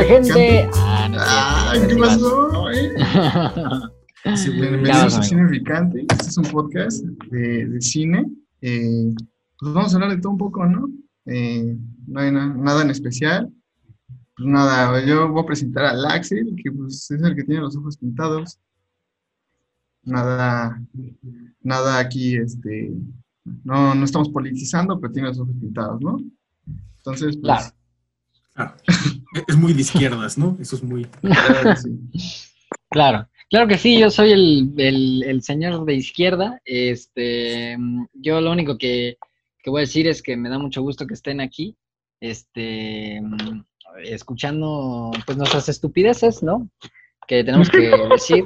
gente. ¿Qué pasó? Bienvenidos a Cine Picante. Este es un podcast de cine. Pues vamos a hablar de todo un poco, ¿no? No hay nada en especial. Pues nada, yo voy a presentar a Axel, que pues es el que tiene los ojos pintados. Nada aquí, no estamos politizando, pero tiene los ojos pintados, ¿no? Entonces, pues... Claro. Es muy de izquierdas, ¿no? Eso es muy... Claro que sí, yo soy el señor de izquierda. Yo lo único que voy a decir es que me da mucho gusto que estén aquí, escuchando pues nuestras estupideces, ¿no? Que tenemos que decir.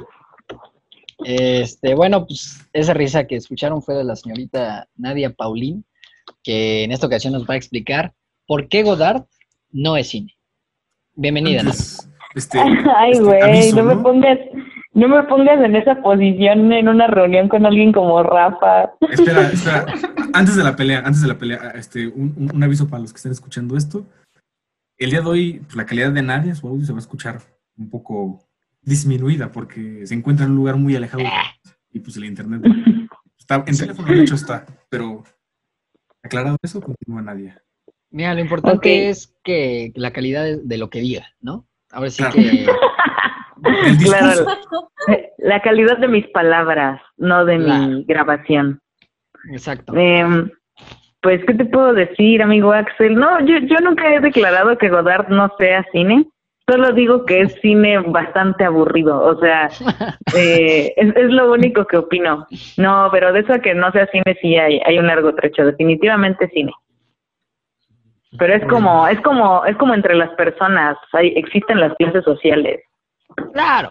Bueno, pues esa risa que escucharon fue de la señorita Nadia Paulín, que en esta ocasión nos va a explicar por qué Godard no es cine. Bienvenida, Antes, Ay, güey, aviso, no me pongas en esa posición en una reunión con alguien como Rafa. Espera, antes de la pelea, un aviso para los que estén escuchando esto. El día de hoy, pues, la calidad de Nadia, su audio se va a escuchar un poco disminuida porque se encuentra en un lugar muy alejado y pues el internet está, en teléfono de hecho está, pero aclarado eso, continúa Nadia. Mira, lo importante es que la calidad de lo que diga, ¿no? Ahora sí que... El discurso. Claro, la calidad de mis palabras, no de mi grabación. Exacto. Pues, ¿qué te puedo decir, amigo Axel? No, yo nunca he declarado que Godard no sea cine. Solo digo que es cine bastante aburrido. O sea, es lo único que opino. No, pero de eso a que no sea cine sí hay un largo trecho. Definitivamente cine. Pero es como entre las personas. Existen las clases sociales. Claro,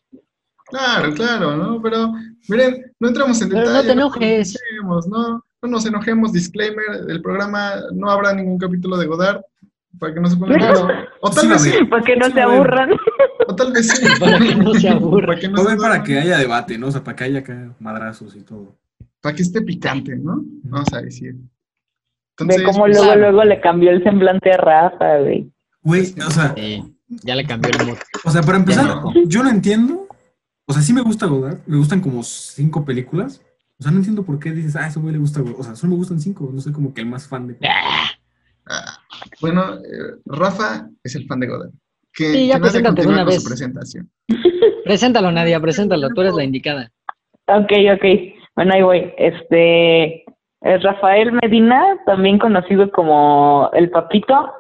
¿no? Pero, miren, no entramos en pero detalle. no te enojes. No nos enojemos, disclaimer del programa, no habrá ningún capítulo de Godard, para que no se pongan... O tal vez sí. Para que no se aburran. O tal vez sí. Para que no se aburran. Para que haya debate, ¿no? O sea, para que haya acá madrazos y todo. Para que esté picante, ¿no? Vamos a decir. Entonces, de cómo luego le cambió el semblante a Rafa, güey. Güey, o sea... Sí, ya le cambió el mood. O sea, para empezar, yo no entiendo. O sea, sí me gusta Godard. Me gustan como 5 películas. O sea, no entiendo por qué dices, ese güey le gusta Godard. O sea, solo me gustan 5. No soy como que el más fan de Bueno, Rafa es el fan de Godard. Sí, ya preséntate de una vez. Su presentación. Preséntalo, Nadia, preséntalo. Tú eres la indicada. Ok. Bueno, ahí voy. Rafael Medina, también conocido como El Papito,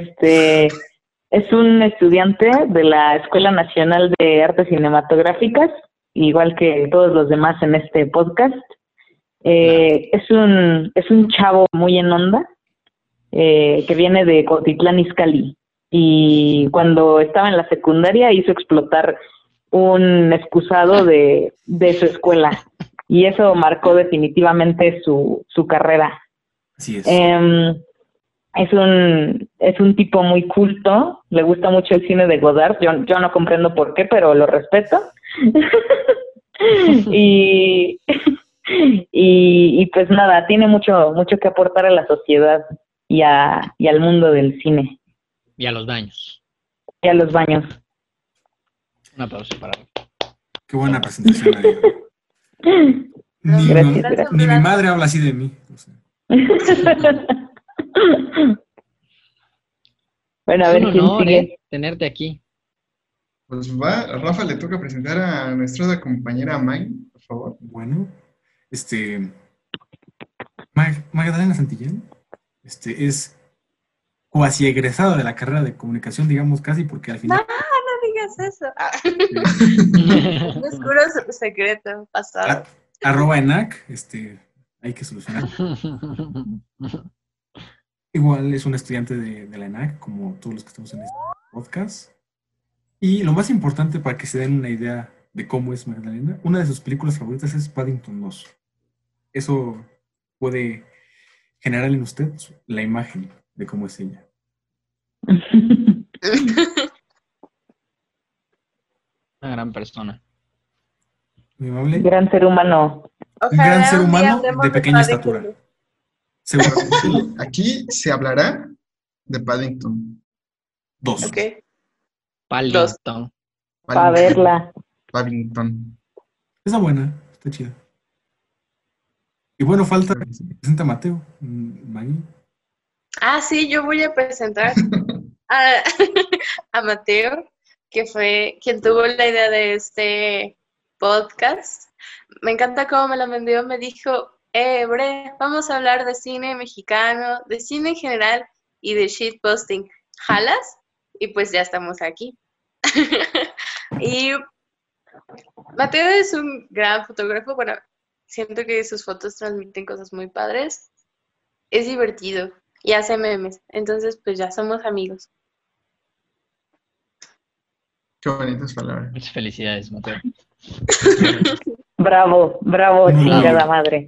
es un estudiante de la Escuela Nacional de Artes Cinematográficas, igual que todos los demás en este podcast. Es un chavo muy en onda, que viene de Cuautitlán Izcalli, y cuando estaba en la secundaria hizo explotar un excusado de su escuela, y eso marcó definitivamente su carrera. Así es. Es un tipo muy culto, le gusta mucho el cine de Godard, yo no comprendo por qué, pero lo respeto. y pues nada, tiene mucho que aportar a la sociedad y al mundo del cine. Y a los baños. Y a los baños. Un aplauso para él. Qué buena presentación, Nadia. Gracias. Ni mi madre habla así de mí. O sea. Bueno, a ver quién sigue. Tenerte aquí. Pues a Rafa le toca presentar a nuestra compañera May, por favor. Bueno, Magdalena Santillán, es cuasi egresada de la carrera de comunicación, digamos casi, porque al final... No digas eso. Descubro su secreto pasado. @enac, hay que solucionar. Igual es un estudiante de la ENAC, como todos los que estamos en este podcast. Y lo más importante para que se den una idea de cómo es Magdalena, una de sus películas favoritas es Paddington 2. Eso puede generar en usted la imagen de cómo es ella. Una gran persona. Muy amable. Gran ser humano. Un gran ser humano de pequeña estatura. Aquí se hablará de Paddington 2. Ok. Paddington. Para verla. Paddington. Esa buena, está chida. Y bueno, presenta Mateo, Maggie. Ah, sí, yo voy a presentar a, a Mateo, que fue quien tuvo la idea de este podcast. Me encanta cómo me la vendió. Me dijo, Bre, vamos a hablar de cine mexicano, de cine en general y de shitposting. ¿Jalas? Y pues ya estamos aquí. Y Mateo es un gran fotógrafo. Bueno, siento que sus fotos transmiten cosas muy padres. Es divertido y hace memes. Entonces, pues ya somos amigos. Qué bonitas palabras. Muchas felicidades, Mateo. Bravo, bravo, Bravo. chingada madre.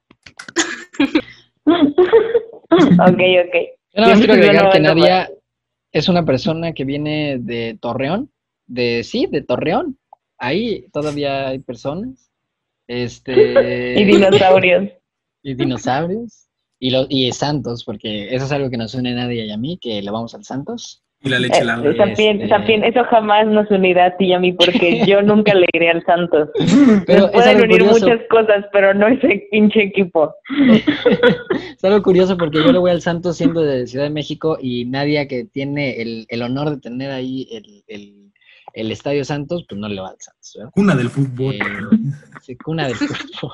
Ok. Yo nada más quiero Siempre agregar no que ando Nadia es una persona que viene de Torreón, de Torreón. Ahí todavía hay personas. Y dinosaurios. Y dinosaurios. Y Santos, porque eso es algo que nos une a Nadia y a mí, que le vamos al Santos. Y la leche helada. Sapien, eso jamás nos unirá a ti y a mí, porque yo nunca le iré al Santos. Pero Nos es pueden algo unir curioso. muchas cosas, pero no ese pinche equipo. Es algo curioso porque yo le voy al Santos siendo de Ciudad de México y Nadia, que tiene el honor de tener ahí el Estadio Santos, pues no le va al Santos, ¿verdad? Cuna del fútbol. Sí, cuna del fútbol.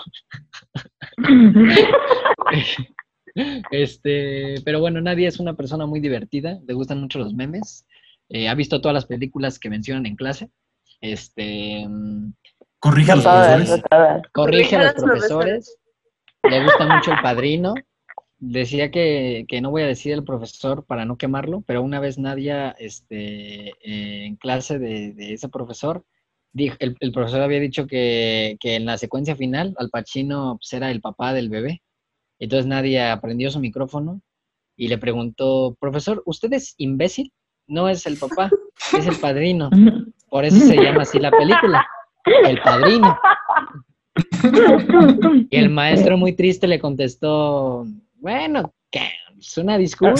Pero bueno, Nadia es una persona muy divertida, le gustan mucho los memes, ha visto todas las películas que mencionan en clase, Corrige a los profesores. corrige a los profesores, le gusta mucho El Padrino. Decía que no voy a decir el profesor para no quemarlo, pero una vez Nadia, en clase de ese profesor, el profesor había dicho que en la secuencia final Al Pacino pues, era el papá del bebé. Entonces Nadia prendió su micrófono y le preguntó, profesor, ¿usted es imbécil? No es el papá, es el padrino. Por eso se llama así la película, El Padrino. Y el maestro muy triste le contestó, bueno, ¿qué? Es una disculpa.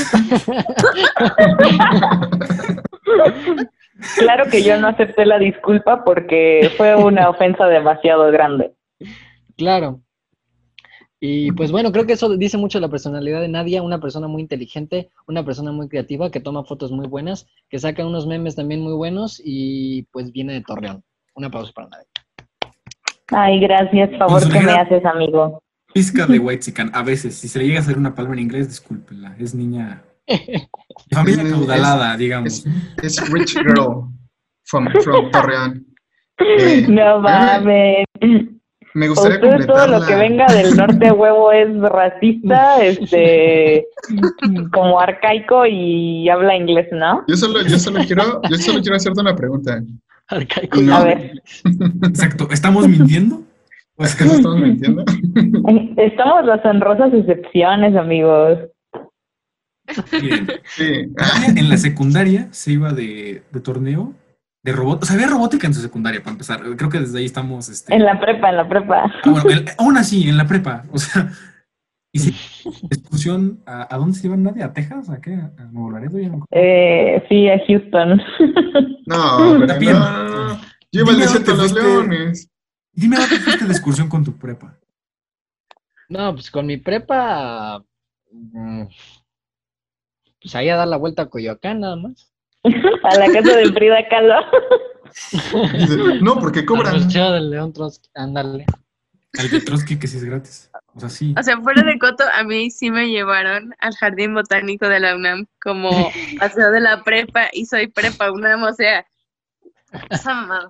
Claro que yo no acepté la disculpa porque fue una ofensa demasiado grande. Claro. Y pues bueno, creo que eso dice mucho de la personalidad de Nadia, una persona muy inteligente, una persona muy creativa, que toma fotos muy buenas, que saca unos memes también muy buenos y pues viene de Torreón. Un aplauso para Nadia. Ay, gracias, favor que me haces, amigo. Pizca de whitezican, a veces, si se le llega a hacer una palabra en inglés, discúlpela, es niña de familia caudalada, digamos. Es rich girl from Torreón. No mames. Me gustaría Ustedes completar todo lo que venga del norte a huevo es racista, como arcaico y habla inglés, ¿no? Yo solo quiero hacerte una pregunta. Arcaico. No. A ver. Exacto, ¿estamos mintiendo? ¿Acaso estamos mintiendo? Estamos las honrosas excepciones, amigos. Miren, Sí. en la secundaria se iba de torneo de robot, o sea, había robótica en su secundaria para empezar. Creo que desde ahí estamos. En la prepa. Bueno, aún así, en la prepa, o sea, y sí, excursión, ¿a dónde se iban nadie? ¿A Texas? ¿A qué? ¿A Nuevo Laredo? Ya no me acuerdo. Sí, a Houston. No, pero También. no. Yo iba al Dime desierto de dónde los fuiste. Leones. Dime, ¿a dónde fuiste de excursión con tu prepa? No, pues con mi prepa, pues ahí a dar la vuelta a Coyoacán nada más. A la casa de Frida Kahlo. Dice, no, porque Al cobran. Museo del León Trotsky, ándale. Al de Trotsky, que sí es gratis. O sea, sí. O sea, fuera de coto, a mí sí me llevaron al Jardín Botánico de la UNAM como paseo de la prepa y soy prepa UNAM, o sea, esa mamada.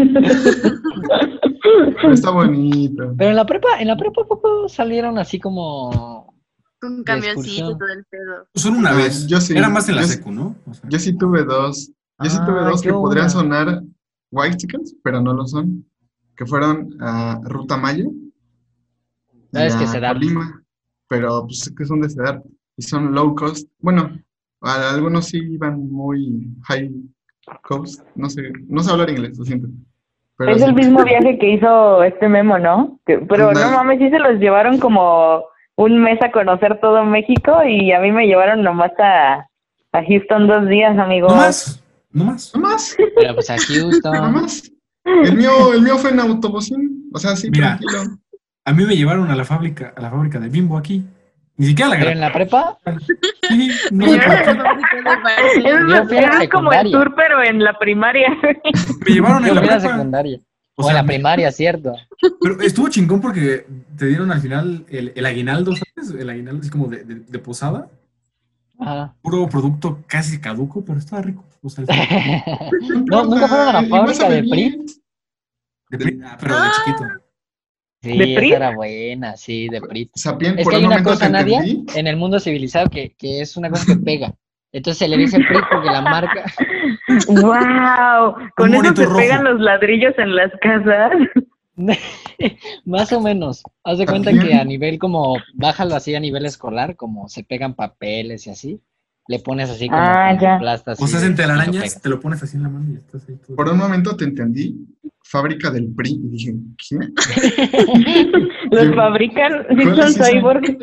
Pero está bonito. Pero en la prepa poco salieron así como Un de camioncito y excursión. todo el pedo. Solo una Ah, vez. yo sí. Era más en la Yo secu, ¿no? O sea, Yo sí tuve dos. Qué Que podrían buena. sonar white chickens, pero no lo son. Que fueron a Ruta Maya y ¿Sabes qué a se da? Colima. Pero pues es que son de Cedar y son low cost. Bueno, algunos sí iban muy high cost. No sé hablar inglés, lo siento. Pero Es sí. el mismo viaje que hizo este Memo, ¿no? Pero Ándale. no mames, sí se los llevaron como un mes a conocer todo México y a mí me llevaron nomás a Houston 2 días, amigos. ¿no más? No más. No más, Pero pues a no Houston. más. El mío fue en autobusín. O sea, sí, Mira, tranquilo. a mí me llevaron a la fábrica de Bimbo aquí. Ni siquiera la ¿Pero en la prepa? Sí, no sé Primero por de qué. la fábrica de Barcelona. Yo fui a la Eso es como el secundaria. tour, pero en la primaria. Me llevaron en Yo la fui a la prepa. secundaria. O O en sea, la primaria, cierto. pero estuvo chingón porque te dieron al final el aguinaldo, ¿sabes? El aguinaldo así como de posada. Ajá. Puro producto casi caduco, pero estaba rico. O sea, No No, nunca fueron a importa, la igual fábrica sabe de Prit. bien. pero de chiquito. ¿De Sí, esa Prit? era buena, sí, de Prit. Sapien, Es por que un hay una momento te cosa, Nadia, entendí. en el mundo civilizado que es una cosa que pega. Entonces se le dice Prit porque la marca, ¡Wow! Un Con eso monito se pegan rojo. los ladrillos en las casas. más o menos, haz de cuenta que a Sapien. nivel como, bájalo así a nivel escolar, como se pegan papeles y así, le pones así como Ah, con tu ya. plasta O así sea, en y lo telarañas, pegas. te lo pones así en la mano y estás ahí todo. Por un momento te entendí. Fábrica del PRI. Y dije, ¿qué? Los fabrican, sí ¿Cuál son es esa? cyborgs.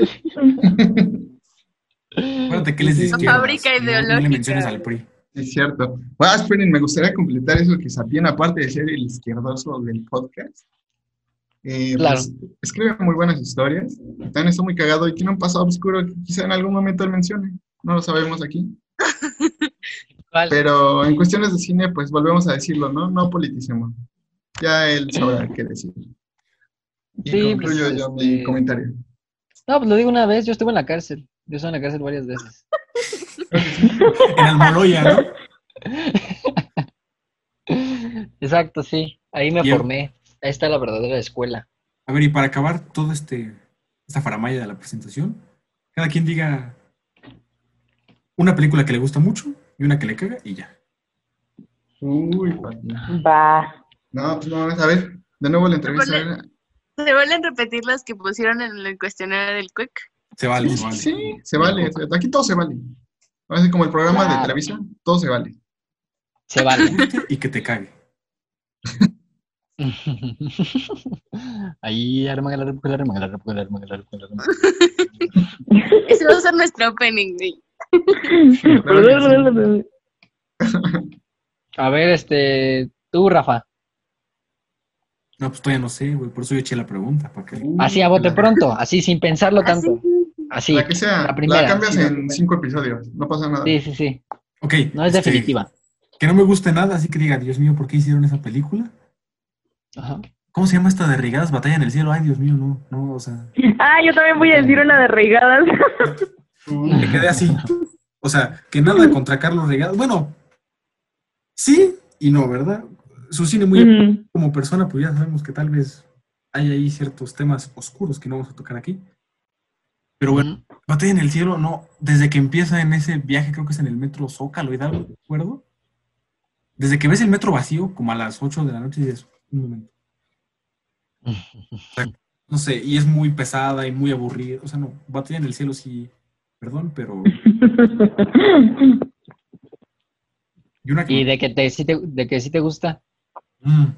Acuérdate que él Sí, es de sí, sí. izquierdas. Fábrica No le menciones al ideológica. PRI. Sí, es cierto. Ah, esperen, me gustaría completar eso que Sapien, aparte de ser el izquierdoso del podcast, Claro. pues escribe muy buenas historias. También está muy cagado y tiene un pasado oscuro que quizá en algún momento él mencione. No lo sabemos aquí. ¿Cuál? Pero en cuestiones de cine, pues volvemos a decirlo, ¿no? No politicemos. Ya él sabrá qué decir. Y Sí, pues concluyo yo mi comentario. no, pues lo digo una vez, yo estuve en la cárcel. Yo estuve en la cárcel varias veces. Creo que sí. En Almoloya, ¿no? Exacto, sí. Ahí me Y formé. Ahí está la verdadera escuela. a ver, y para acabar todo esta faramaya de la presentación, cada quien diga una película que le gusta mucho y una que le caga y ya. Uy, papi. Va. No, pues no, a ver, de nuevo la entrevista. A ver. ¿Se vuelven a repetir las que pusieron en el cuestionario del Quick? Se vale, Sí, se vale. sí, se vale. Aquí todo se vale. Así como el programa de Claro. Televisa, todo se vale. Se Que te vale. guste y que te cague. Ahí, arma la repuela, arma la repuela, arma la repuela, arma. Ese va a ser nuestro opening, güey. Claro que sí. A ver, tú, Rafa. No, pues todavía no sé, güey. Por eso yo eché la pregunta. ¿Para qué? Así a bote La, pronto, así sin pensarlo Así. tanto. Así, la que sea, la la primera. cambias Sí, la en primera. 5 episodios, no pasa nada. Sí, sí, sí. Ok, No es definitiva. que no me guste nada, así que diga, Dios mío, ¿por qué hicieron esa película? Ajá. ¿Cómo se llama esta de Regadas Batalla en el Cielo? Ay, Dios mío, no, o sea, Ah, yo también voy a decir una de regadas. me quedé así. O sea, que nada contra Carlos Regadas. Bueno, sí y no, ¿verdad? Su cine muy Ujú. como persona, pues ya sabemos que tal vez hay ahí ciertos temas oscuros que no vamos a tocar aquí. Pero bueno, Ujú. Batalla en el Cielo, no, desde que empieza en ese viaje, creo que es en el metro Zócalo, Hidalgo, no recuerdo. Desde que ves el metro vacío, como a las 8 de la noche, dices, un momento. No sé, y es muy pesada y muy aburrida. O sea, no, Batalla en el Cielo sí, perdón, pero... Y una que Y me... de que sí te gusta. Mm.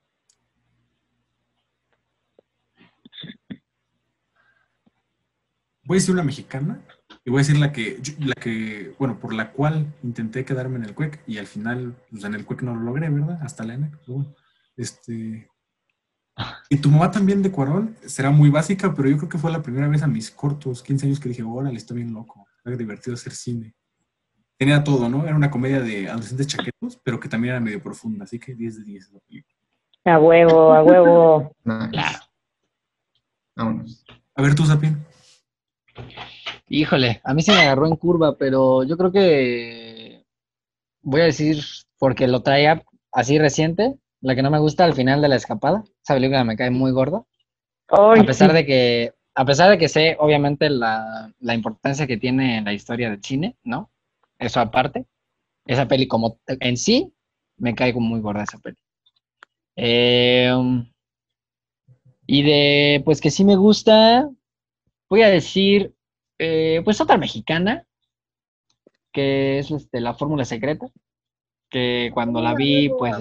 Voy a decir una mexicana y voy a decir bueno, por la cual intenté quedarme en el CUEC y al final, pues en el CUEC no lo logré, ¿verdad? Hasta la ENEC, pero bueno. Y tu mamá también de Cuarón será muy básica, pero yo creo que fue la primera vez a mis cortos 15 años que dije, órale, estoy bien loco, era divertido hacer cine. Tenía todo, ¿no? Era una comedia de adolescentes chaquetos, pero que también era medio profunda, así que 10 de 10 esa película. A huevo, a huevo. Nice. Claro. Vámonos. A ver tú, Sapien. Híjole, a mí se me agarró en curva, pero yo creo que voy a decir, porque lo traía así reciente, la que no me gusta al final de La Escapada. Esa película me cae muy gorda. Ay, A pesar de que sé, obviamente, la importancia que tiene en la historia del cine, ¿no? Eso aparte. Esa peli como en sí, me cae como muy gorda esa peli. Eh, y pues que sí me gusta, voy a decir, pues otra mexicana, que es La Fórmula Secreta, que cuando la vi, pues,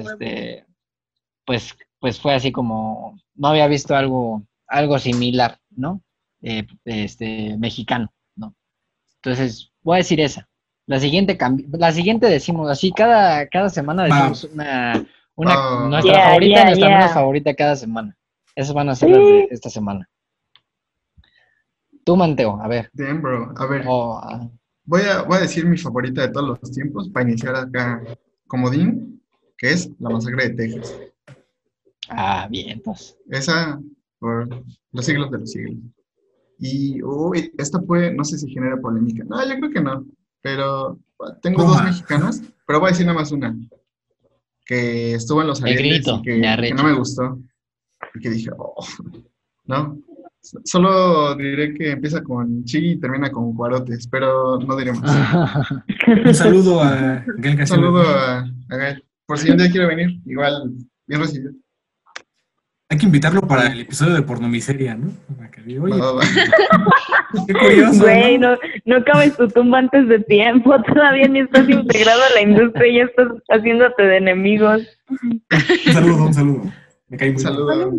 pues fue así como, no había visto algo similar, ¿no? Mexicano, ¿no? Entonces, voy a decir esa. La siguiente decimos, así cada semana decimos nuestra favorita, nuestra menos favorita cada semana. Esas van a ser las de esta semana. Tú, Manteo, a ver. Damn, bro. A ver, voy a decir mi favorita de todos los tiempos para iniciar acá comodín, que es La Masacre de Texas. Bien, pues. Esa por los siglos de los siglos. Y esta no sé si genera polémica. No, yo creo que no. Pero tengo dos mexicanas, pero voy a decir nada más una. Que estuvo en los Arieles y que no me gustó. Y que dije, no. Solo diré que empieza con Chi y termina con Cuarotes, pero no diré más. Un saludo a Gael García. Un saludo a Gael. Por si un día quiere venir, igual, bien recibido. Hay que invitarlo para el episodio de Pornomiseria, ¿no? Para que diga, oye, Va. qué curioso, güey, no cabes tu tumba antes de tiempo, todavía ni estás integrado a la industria y ya estás haciéndote de enemigos. Un saludo. Me cae muy Saludo.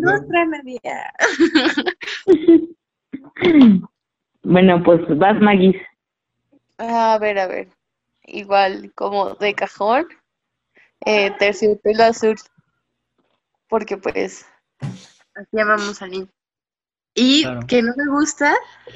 Bueno, pues vas, Magis. A ver. Igual, como de cajón, Terciopelo Azul. Porque pues, así llamamos al niño. Y claro, que no me gusta,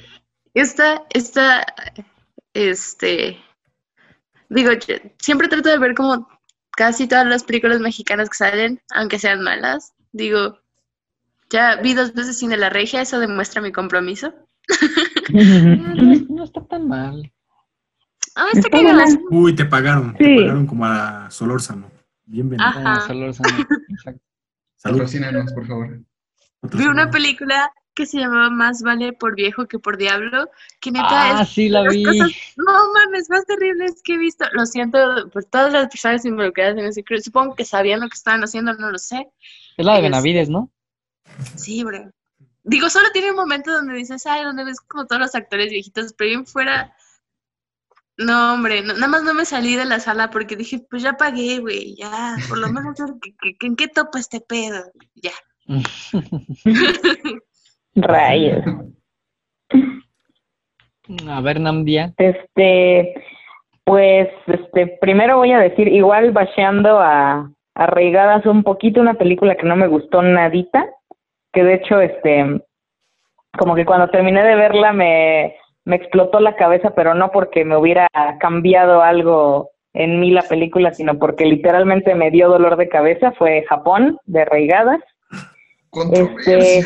digo, yo siempre trato de ver como casi todas las películas mexicanas que salen, aunque sean malas. Digo, ya vi 2 veces Cine La Regia, eso demuestra mi compromiso. no está tan mal. Está cagada. Uy, te pagaron. Sí. Te pagaron como a Solórzano. Bienvenido. Ajá. Exacto. Patrocínanos, por favor. Vi una película que se llamaba Más vale por viejo que por diablo, que neta sí la vi. No mames, más terribles que he visto. Lo siento por todas las personas involucradas en ese cruce. Supongo que sabían lo que estaban haciendo, no lo sé. Es la de Benavides, ¿no? Sí, bro. Digo, solo tiene un momento donde dices, donde ves como todos los actores viejitos, pero bien fuera. No, hombre, nada más no me salí de la sala porque dije, pues ya pagué, güey, ya, por lo menos ¿en qué topa este pedo? Ya. Rayos. A ver, Namdia. Pues, primero voy a decir, igual basheando a Arraigadas un poquito, una película que no me gustó nadita, que de hecho, como que cuando terminé de verla me explotó la cabeza, pero no porque me hubiera cambiado algo en mí la película, sino porque literalmente me dio dolor de cabeza. Fue Japón, de Arraigadas. Controversia.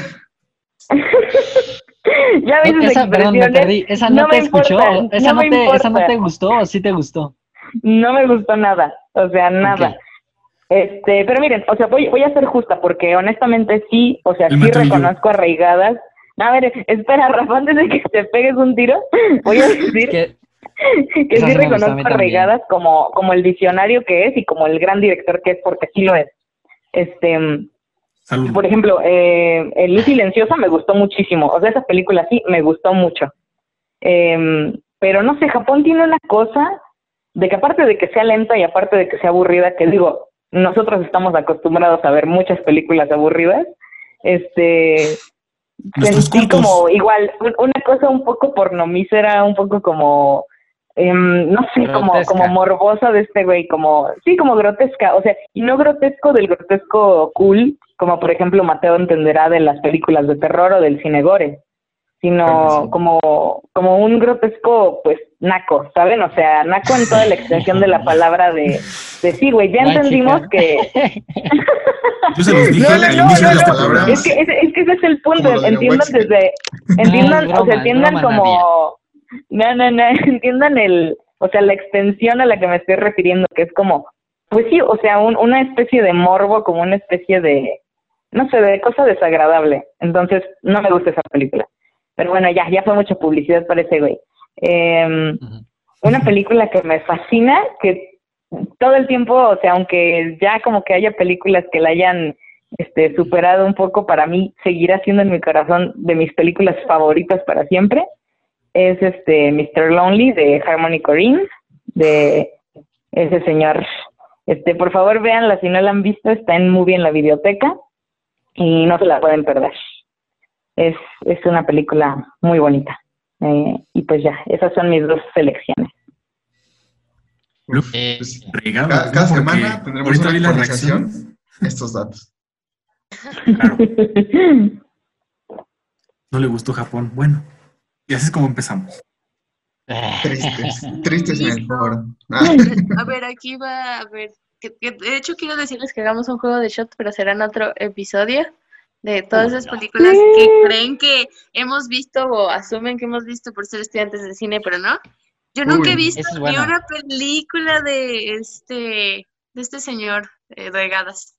Ya ves esas Perdón, me perdí. ¿Esa no te escuchó? ¿Esa no te gustó o sí te gustó? No me gustó nada, o sea, nada. Okay. Pero miren, o sea, voy a ser justa, porque honestamente sí, o sea, sí reconozco Arraigadas. A ver, espera, Rafa, antes de que te pegues un tiro, voy a decir que sí reconozco Arraigadas como el visionario que es y como el gran director que es, porque sí lo es. Salud. Por ejemplo, Luz Silenciosa me gustó muchísimo, o sea, esa película sí me gustó mucho. Pero no sé, Japón tiene una cosa de que aparte de que sea lenta y aparte de que sea aburrida, que digo, nosotros estamos acostumbrados a ver muchas películas aburridas, sentí como igual una cosa un poco pornomísera, un poco como no sé, como morbosa de este güey, como grotesca, o sea, y no grotesco del grotesco cool, como por ejemplo Mateo entenderá de las películas de terror o del cine gore, sino sí, como un grotesco, pues, naco, ¿saben? O sea, naco en toda la extensión de la palabra de sí, güey, ya entendimos que... Yo se los dije al inicio de este programa. Es que ese es el punto, entiendan como... entiendan o sea, la extensión a la que me estoy refiriendo, que es como, pues sí, o sea, una especie de morbo, como una especie de, no sé, de cosa desagradable. Entonces, no me gusta esa película. Pero bueno, ya fue mucha publicidad para ese güey. Una película que me fascina, que todo el tiempo, o sea, aunque ya como que haya películas que la hayan superado un poco, para mí seguirá siendo en mi corazón de mis películas favoritas para siempre, es Mr. Lonely de Harmony Korine, de ese señor. Por favor, véanla si no la han visto, está en Movie en la videoteca y no se la pueden perder. Es una película muy bonita. Y pues ya, esas son mis 2 selecciones. Uf, Eh, pues, Regados, cada ¿no? Porque semana tendremos ahorita una vi la actualización de estos datos. Claro, no le gustó Japón. Bueno, y así es como empezamos. Tristes en el Listo. foro. Ah, A ver, aquí va, a ver. De hecho, quiero decirles que hagamos un juego de shot, pero será en otro episodio de todas esas películas que creen que hemos visto o asumen que hemos visto por ser estudiantes de cine, pero no. Yo nunca he uy, visto Esa es ni buena. una película de este señor, Regadas.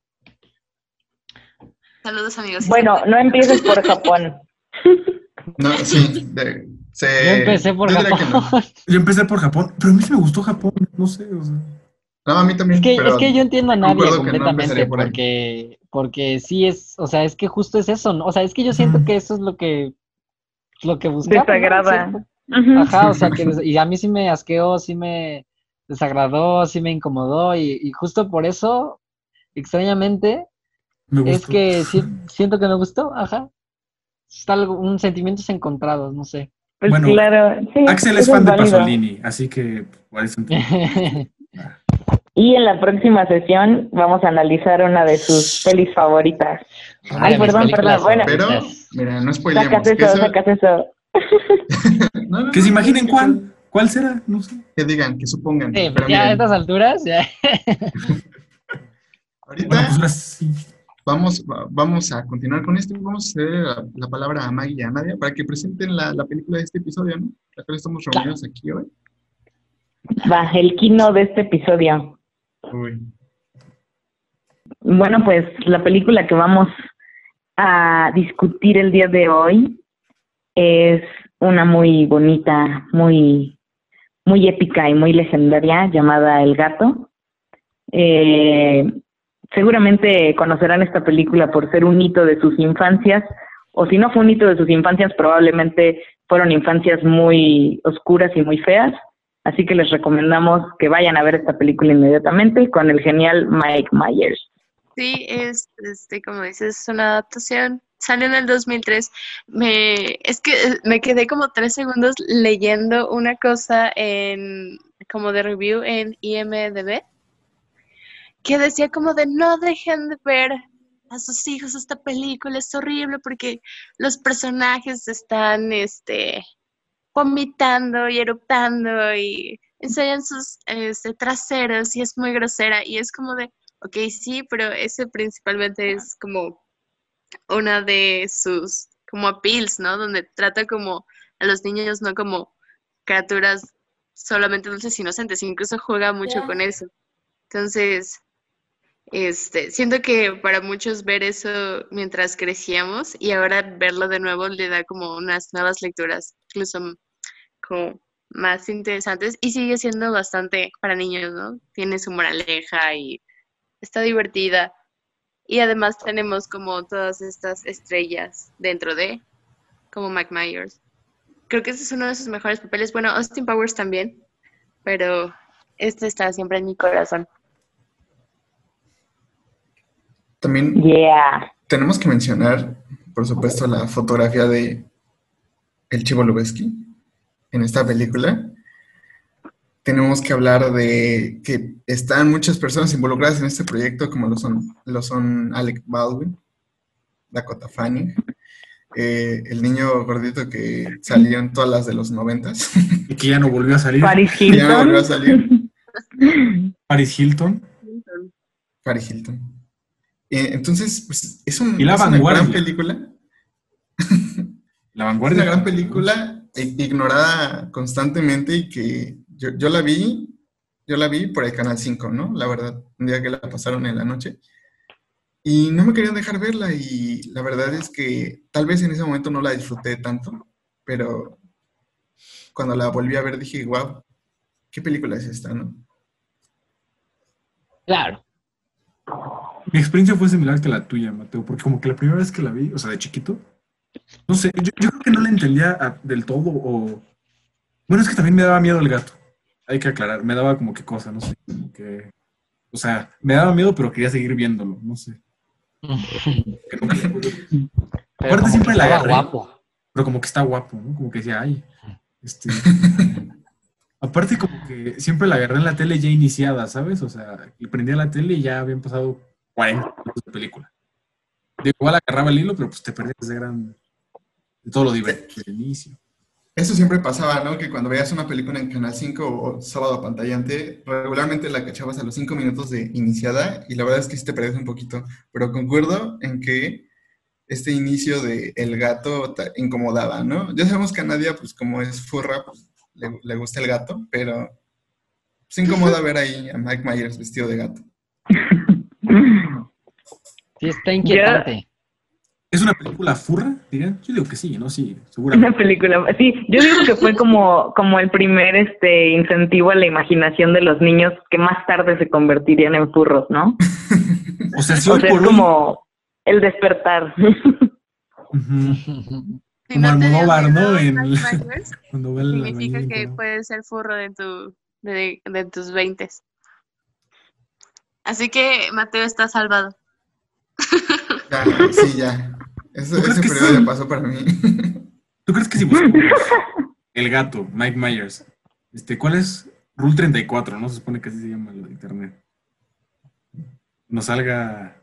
Saludos, amigos. sí se Bueno, puede. no empieces por Japón. no, sí. Yo empecé por yo diría que Japón. no. Yo empecé por Japón, pero a mí sí me gustó Japón, no sé, o sea. No, a mí Es también, que, es pero que yo entiendo a Nadia concuerdo que no completamente, empezaría por ahí. porque sí es, o sea, es que justo es eso, ¿no? O sea, es que yo siento que eso es lo que buscamos, ¿no? Desagrada. ¿Cierto? Ujú. Ajá, o sea, y a mí sí me asqueó, sí me desagradó, sí me incomodó, y justo por eso, extrañamente, Me es gustó. que siento que me gustó, ajá. Está un sentimientos encontrados, no sé. Pues Bueno, claro, sí, Axel es eso es fan de válido. Pasolini, así que por eso entiendo. Ah, Y en la próxima sesión vamos a analizar una de sus pelis favoritas. Una Ay, de mis perdón, películas bueno, Pero, favoritas. mira, no sacas spoilemos. Que eso, eso, sacas eso. no, que se no, imaginen que, cuál será, no sé. que digan, que supongan. Sí, pues Pero ya a estas miren, alturas, ya. Bueno, pues ahorita ahora sí. vamos a continuar con esto y vamos a ceder la palabra a Maggie y a Nadia para que presenten la película de este episodio, ¿no? La cual estamos reunidos aquí hoy. Va, el kino de este episodio. Uy. Bueno, pues la película que vamos a discutir el día de hoy es una muy bonita, muy épica y muy legendaria llamada El Gato. Seguramente conocerán esta película por ser un hito de sus infancias, o si no fue un hito de sus infancias, probablemente fueron infancias muy oscuras y muy feas. Así que les recomendamos que vayan a ver esta película inmediatamente con el genial Mike Myers. Sí, como dices, es una adaptación. Salió en el 2003. Es que me quedé como 3 segundos leyendo una cosa como de review en IMDb, que decía como de no dejen de ver a sus hijos esta película, es horrible porque los personajes están, vomitando y eruptando y enseñan sus traseros y es muy grosera y es como de, ok, sí, pero ese principalmente es como una de sus como appeals, ¿no? Donde trata como a los niños no como criaturas solamente dulces e inocentes, incluso juega mucho con eso. Entonces, siento que para muchos ver eso mientras crecíamos y ahora verlo de nuevo le da como unas nuevas lecturas, incluso como más interesantes y sigue siendo bastante para niños, ¿no? Tiene su moraleja y está divertida. Y además tenemos como todas estas estrellas dentro de, como Mike Myers. Creo que ese es uno de sus mejores papeles. Bueno, Austin Powers también, pero este está siempre en mi corazón. También Yeah. tenemos que mencionar, por supuesto, la fotografía de el Chivo Lubeski en esta película. Tenemos que hablar de que están muchas personas involucradas en este proyecto, como lo son Alec Baldwin, Dakota Fanning, el niño gordito que salió en todas las de los 90s. Y que ya no volvió a salir. Paris Ya no volvió a Hilton. salir. Paris Hilton. Paris Hilton. Entonces, pues, Y es La una gran Vanguardia. película. La Es Vanguardia. una gran película ignorada constantemente y que yo la vi por el Canal 5, ¿no? La verdad, un día que la pasaron en la noche. Y no me querían dejar verla y la verdad es que tal vez en ese momento no la disfruté tanto, pero cuando la volví a ver dije, wow, ¿qué película es esta, no? Claro. Mi experiencia fue similar que la tuya, Mateo, porque como que la primera vez que la vi, o sea, de chiquito, no sé, yo creo que no la entendía del todo o... Bueno, es que también me daba miedo el gato, hay que aclarar, me daba como que cosa, no sé, como que... O sea, me daba miedo, pero quería seguir viéndolo, no sé. Que nunca lo pude ver. Pero Aparte como siempre que la estaba agarré, guapo. pero como que está guapo, ¿no? Como que decía, ay, Aparte como que siempre la agarré en la tele ya iniciada, ¿sabes? O sea, le prendía la tele y ya habían pasado 40 minutos de película. De igual agarraba el hilo, pero pues te perdías de todo lo divertido del inicio. Eso siempre pasaba, ¿no? Que cuando veías una película en Canal 5 o Sábado Pantallante, regularmente la cachabas a los 5 minutos de iniciada y la verdad es que sí te perdías un poquito. Pero concuerdo en que este inicio de El gato incomodaba, ¿no? Ya sabemos que a Nadia, pues como es furra, pues le gusta el gato, pero se incomoda ver ahí a Mike Myers vestido de gato. Sí, está inquietante. ¿Es una película furra, dirían? Yo digo que sí, ¿no? Sí, seguramente. Una película, sí, yo digo que fue como el primer incentivo a la imaginación de los niños que más tarde se convertirían en furros, ¿no? O sea, sí, O hoy sea, por es hoy. como el despertar. Ujú. Si Como no te dio Almodóvar, miedo ¿no? Mike Myers, Cuando va el significa albañil, que ¿no? puedes ser furro de tus 20s. Así que Mateo está salvado. Ya, sí, ya. ¿Tú crees Ese que periodo ya sí? pasó para mí. ¿Tú crees que si buscamos el gato, Mike Myers, ¿cuál es Rule 34? ¿No? Se supone que así se llama el internet. Nos salga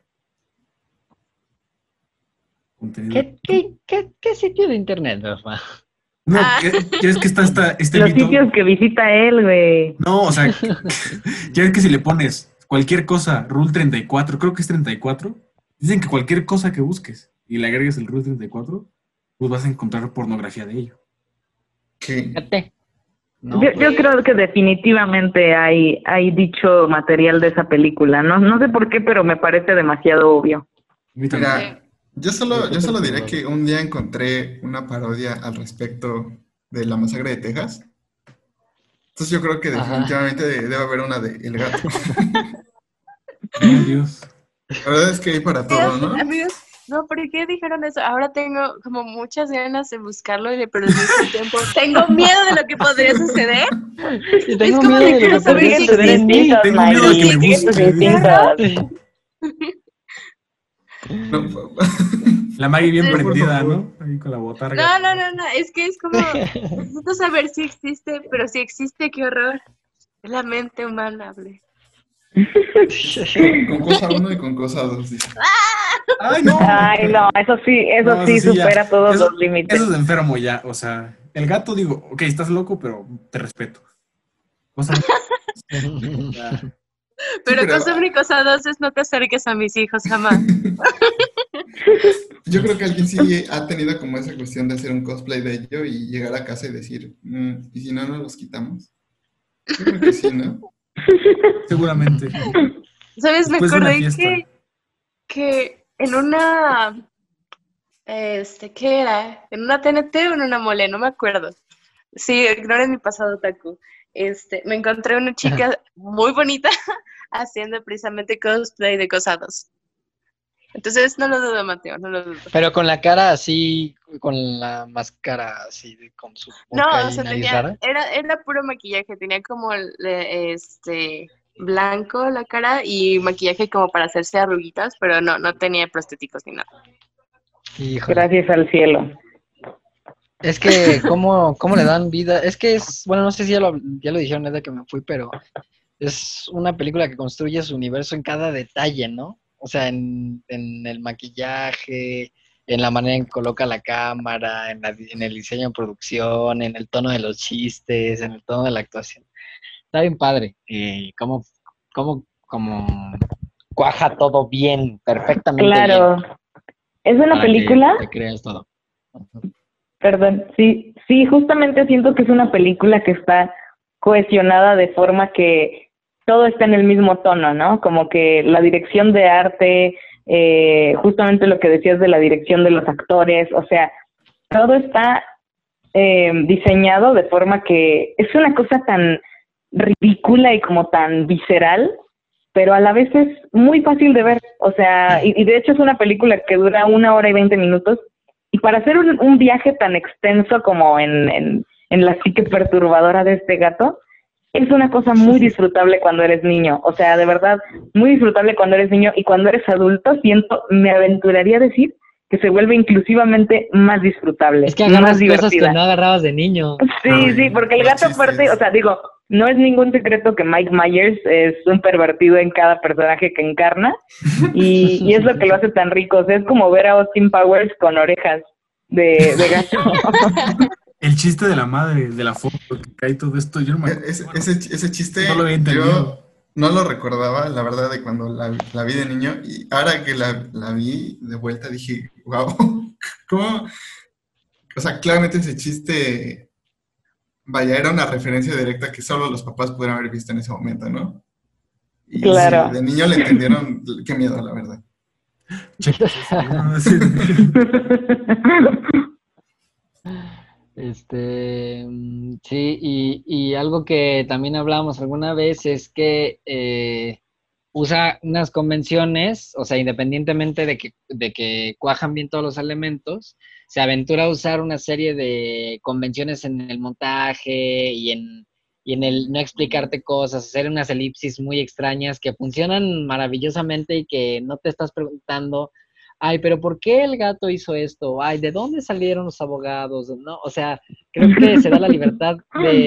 contenido. ¿Qué sitio de internet, Rafa? No, Ah. ¿quieres que está este Los mito? sitios que visita él, güey. No, o sea, ¿quieres que si le pones cualquier cosa, Rule 34, creo que es 34, dicen que cualquier cosa que busques y le agregues el Rule 34, pues vas a encontrar pornografía de ello. ¿Qué? Fíjate. No, Yo creo que definitivamente hay dicho material de esa película. No sé por qué, pero me parece demasiado obvio. A mí también. Mira, yo solo diré que un día encontré una parodia al respecto de la masacre de Texas. Entonces yo creo que Ajá. definitivamente debe haber una de El Gato. Oh, Dios. La verdad es que hay para todo, ¿no? Amigos, no, ¿por qué dijeron eso? Ahora tengo como muchas ganas de buscarlo, pero al mismo tiempo tengo miedo de lo que podría suceder. Y tengo como miedo de de que lo no que saber podría si suceder en mí. Instintos, Tengo miedo de que me Maggie, guste. tus instintos. No, La Maggie bien Sí. prendida, ¿no? Ahí con la botarga. No, es que es como, necesito saber si existe, pero si existe, qué horror. Es la mente humana, hable. con cosa 1 y con cosa 2. ¡Ay, no! Ay, no, eso No, sí eso sí, ya. supera todos Eso- los límites. Eso es enfermo ya, o sea, el gato digo, ok, estás loco, pero te respeto. Cosa ya. Pero pero- cosa uno y cosa dos es no te acerques a mis hijos jamás. Yo creo que alguien sí ha tenido como esa cuestión de hacer un cosplay de ello y llegar a casa y decir, ¿y si no nos los quitamos? Yo creo que sí, ¿no? Seguramente. ¿Sabes? Me Después de una acordé fiesta. que en una, ¿qué era? ¿En una TNT o en una mole? No me acuerdo. Sí, ignoren mi pasado otaku. Me encontré una chica muy bonita haciendo precisamente cosplay de Cosados. Entonces, no lo dudo, Mateo, no lo dudo. Pero con la cara así, con la máscara así, con su boca No, o y sea, nariz rara. era puro maquillaje, tenía como blanco la cara y maquillaje como para hacerse arruguitas, pero no tenía prostéticos ni nada. Híjole. Gracias al cielo. Es que, ¿cómo le dan vida? Es que bueno, no sé si ya lo dijeron desde que me fui, pero es una película que construye su universo en cada detalle, ¿no? O sea, en el maquillaje, en la manera en que coloca la cámara, en el diseño de producción, en el tono de los chistes, en el tono de la actuación. Está bien padre. Cómo cuaja todo bien, perfectamente Claro. bien. Es una para que película. te creas todo. Perdón, sí, justamente siento que es una película que está cohesionada de forma que todo está en el mismo tono, ¿no? Como que la dirección de arte, justamente lo que decías de la dirección de los actores, o sea, todo está diseñado de forma que es una cosa tan ridícula y como tan visceral, pero a la vez es muy fácil de ver, o sea, y de hecho es una película que dura 1 hora y 20 minutos, y para hacer un viaje tan extenso como en la psique perturbadora de este gato, es una cosa muy disfrutable cuando eres niño. O sea, de verdad, muy disfrutable cuando eres niño y cuando eres adulto, me aventuraría a decir que se vuelve inclusivamente más disfrutable, Es que agarras más cosas divertida. que no agarrabas de niño. Sí, porque el gato aparte, o sea, digo, no es ningún secreto que Mike Myers es un pervertido en cada personaje que encarna y es lo que lo hace tan rico. O sea, es como ver a Austin Powers con orejas de gato. El chiste de la madre, de la foto que cae todo esto, yo no me acuerdo. Ese chiste No lo había entendido. yo no lo recordaba, la verdad, de cuando la vi de niño, y ahora que la vi de vuelta dije, wow, ¿cómo? O sea, claramente ese chiste, vaya, era una referencia directa que solo los papás pudieran haber visto en ese momento, ¿no? Y si Claro. de niño le entendieron, qué miedo, la verdad. Sí, y algo que también hablábamos alguna vez es que usa unas convenciones, o sea, independientemente de que cuajan bien todos los elementos, se aventura a usar una serie de convenciones en el montaje y en el no explicarte cosas, hacer unas elipsis muy extrañas que funcionan maravillosamente y que no te estás preguntando, ay, pero ¿por qué el gato hizo esto? Ay, ¿de dónde salieron los abogados? ¿No? O sea, creo que se da la libertad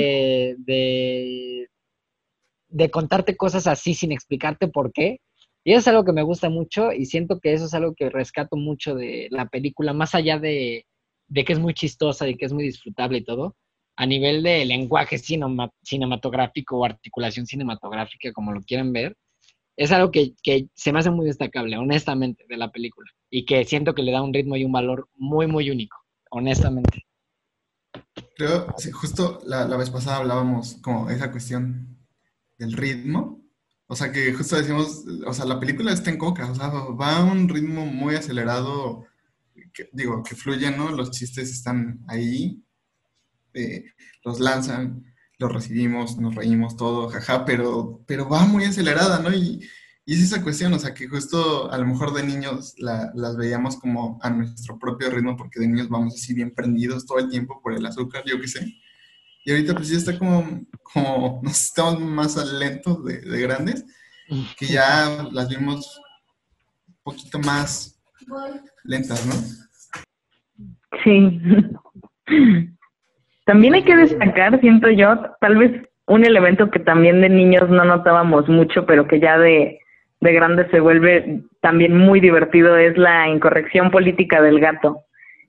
de contarte cosas así sin explicarte por qué. Y eso es algo que me gusta mucho y siento que eso es algo que rescato mucho de la película, más allá de que es muy chistosa y que es muy disfrutable y todo, a nivel de lenguaje cinematográfico o articulación cinematográfica, como lo quieran ver, es algo que se me hace muy destacable, honestamente, de la película. Y que siento que le da un ritmo y un valor muy, muy único, honestamente. Creo, sí, justo la vez pasada hablábamos como esa cuestión del ritmo. O sea, que justo decimos, o sea, la película está en coca, o sea, va a un ritmo muy acelerado, que fluye, ¿no? Los chistes están ahí, los lanzan, los recibimos, nos reímos, todo, jaja, pero va muy acelerada, ¿no? Y es esa cuestión, o sea, que justo a lo mejor de niños las veíamos como a nuestro propio ritmo, porque de niños vamos así bien prendidos todo el tiempo por el azúcar, yo qué sé. Y ahorita pues ya está como nos estamos más lentos de grandes, que ya las vimos un poquito más lentas, ¿no? Sí. También hay que destacar, siento yo, tal vez un elemento que también de niños no notábamos mucho, pero que ya de grandes se vuelve también muy divertido, es la incorrección política del gato.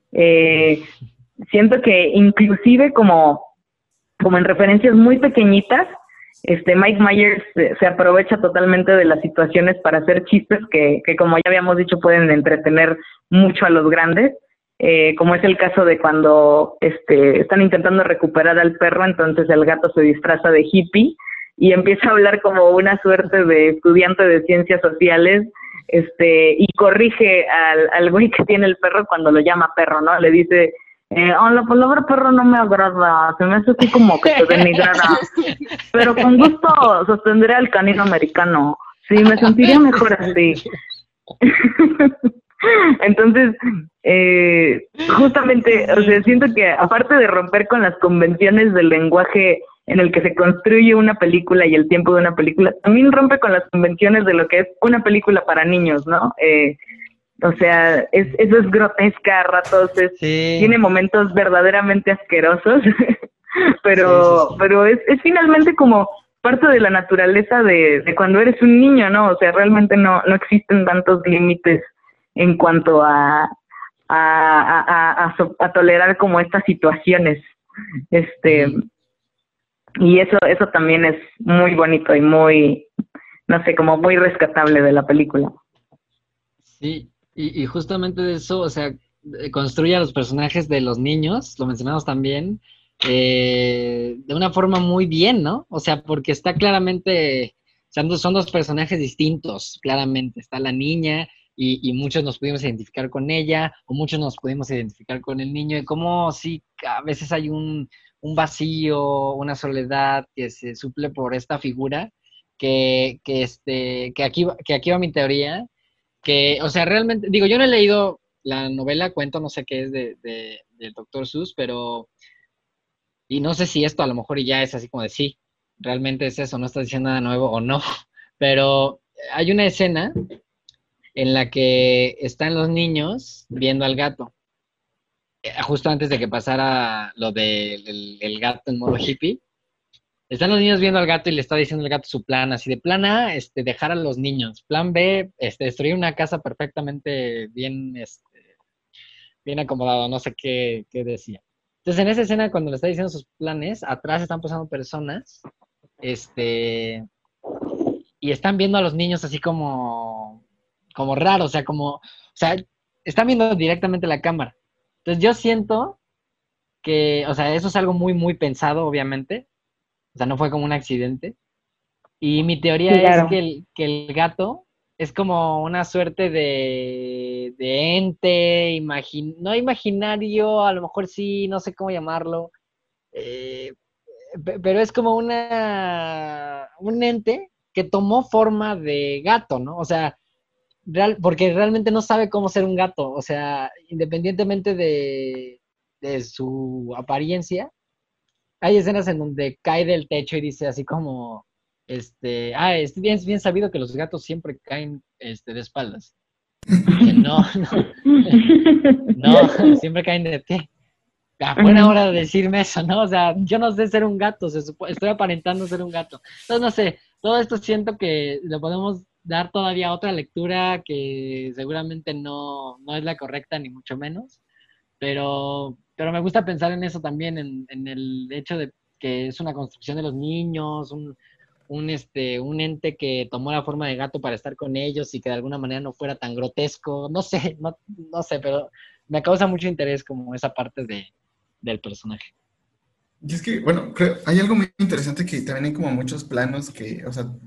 Siento que inclusive como en referencias muy pequeñitas, Mike Myers se aprovecha totalmente de las situaciones para hacer chistes que como ya habíamos dicho, pueden entretener mucho a los grandes, como es el caso de cuando están intentando recuperar al perro, entonces el gato se disfraza de hippie y empieza a hablar como una suerte de estudiante de ciencias sociales, y corrige al güey que tiene el perro cuando lo llama perro, ¿no? Le dice... la palabra perro no me agrada, se me hace así como que te denigrara, pero con gusto sostendré al canino americano, sí, me sentiría mejor así. Entonces, justamente, o sea, siento que aparte de romper con las convenciones del lenguaje en el que se construye una película y el tiempo de una película, también rompe con las convenciones de lo que es una película para niños, ¿no? O sea, eso es grotesca a ratos, tiene momentos verdaderamente asquerosos, pero es finalmente como parte de la naturaleza de cuando eres un niño, ¿no? O sea, realmente no existen tantos límites en cuanto a tolerar como estas situaciones. Y eso también es muy bonito y muy, no sé, como muy rescatable de la película. Sí. Y justamente de eso, o sea, construye a los personajes de los niños, lo mencionamos también, de una forma muy bien, ¿no? O sea, porque está claramente, o sea, son dos personajes distintos, claramente. Está la niña y muchos nos pudimos identificar con ella, o muchos nos pudimos identificar con el niño, y cómo sí, a veces hay un vacío, una soledad que se suple por esta figura, que aquí va mi teoría que, o sea, realmente, digo, yo no he leído la novela, cuento, no sé qué es del Dr. Seuss, pero, y no sé si esto a lo mejor ya es así como de sí, realmente es eso, no está diciendo nada nuevo o no, pero hay una escena en la que están los niños viendo al gato. Justo antes de que pasara lo del el gato en modo hippie, están los niños viendo al gato y le está diciendo el gato su plan, así de plan A, dejar a los niños, plan B, destruir una casa perfectamente bien, bien acomodado, no sé qué decía. Entonces, en esa escena, cuando le está diciendo sus planes, atrás están pasando personas, y están viendo a los niños así como raro, o sea, están viendo directamente la cámara. Entonces, yo siento que, o sea, eso es algo muy, muy pensado, obviamente. O sea, no fue como un accidente. Y mi teoría es Claro. que el gato es como una suerte de ente, no imaginario, a lo mejor sí, no sé cómo llamarlo, eh, pero es como un ente que tomó forma de gato, ¿no? O sea, porque realmente no sabe cómo ser un gato, o sea, independientemente de su apariencia, hay escenas en donde cae del techo y dice así como, es bien sabido que los gatos siempre caen, de espaldas. Y dije, no, no, siempre caen de pie. Buena hora de decirme eso, ¿no? O sea, yo no sé ser un gato, estoy aparentando ser un gato. Entonces, no sé, todo esto siento que le podemos dar todavía otra lectura que seguramente no es la correcta, ni mucho menos, pero me gusta pensar en eso también, en el hecho de que es una construcción de los niños, un ente que tomó la forma de gato para estar con ellos y que de alguna manera no fuera tan grotesco, no sé, no sé, pero me causa mucho interés como esa parte del personaje. Y es que, bueno, hay algo muy interesante que también hay como muchos planos que, o sea,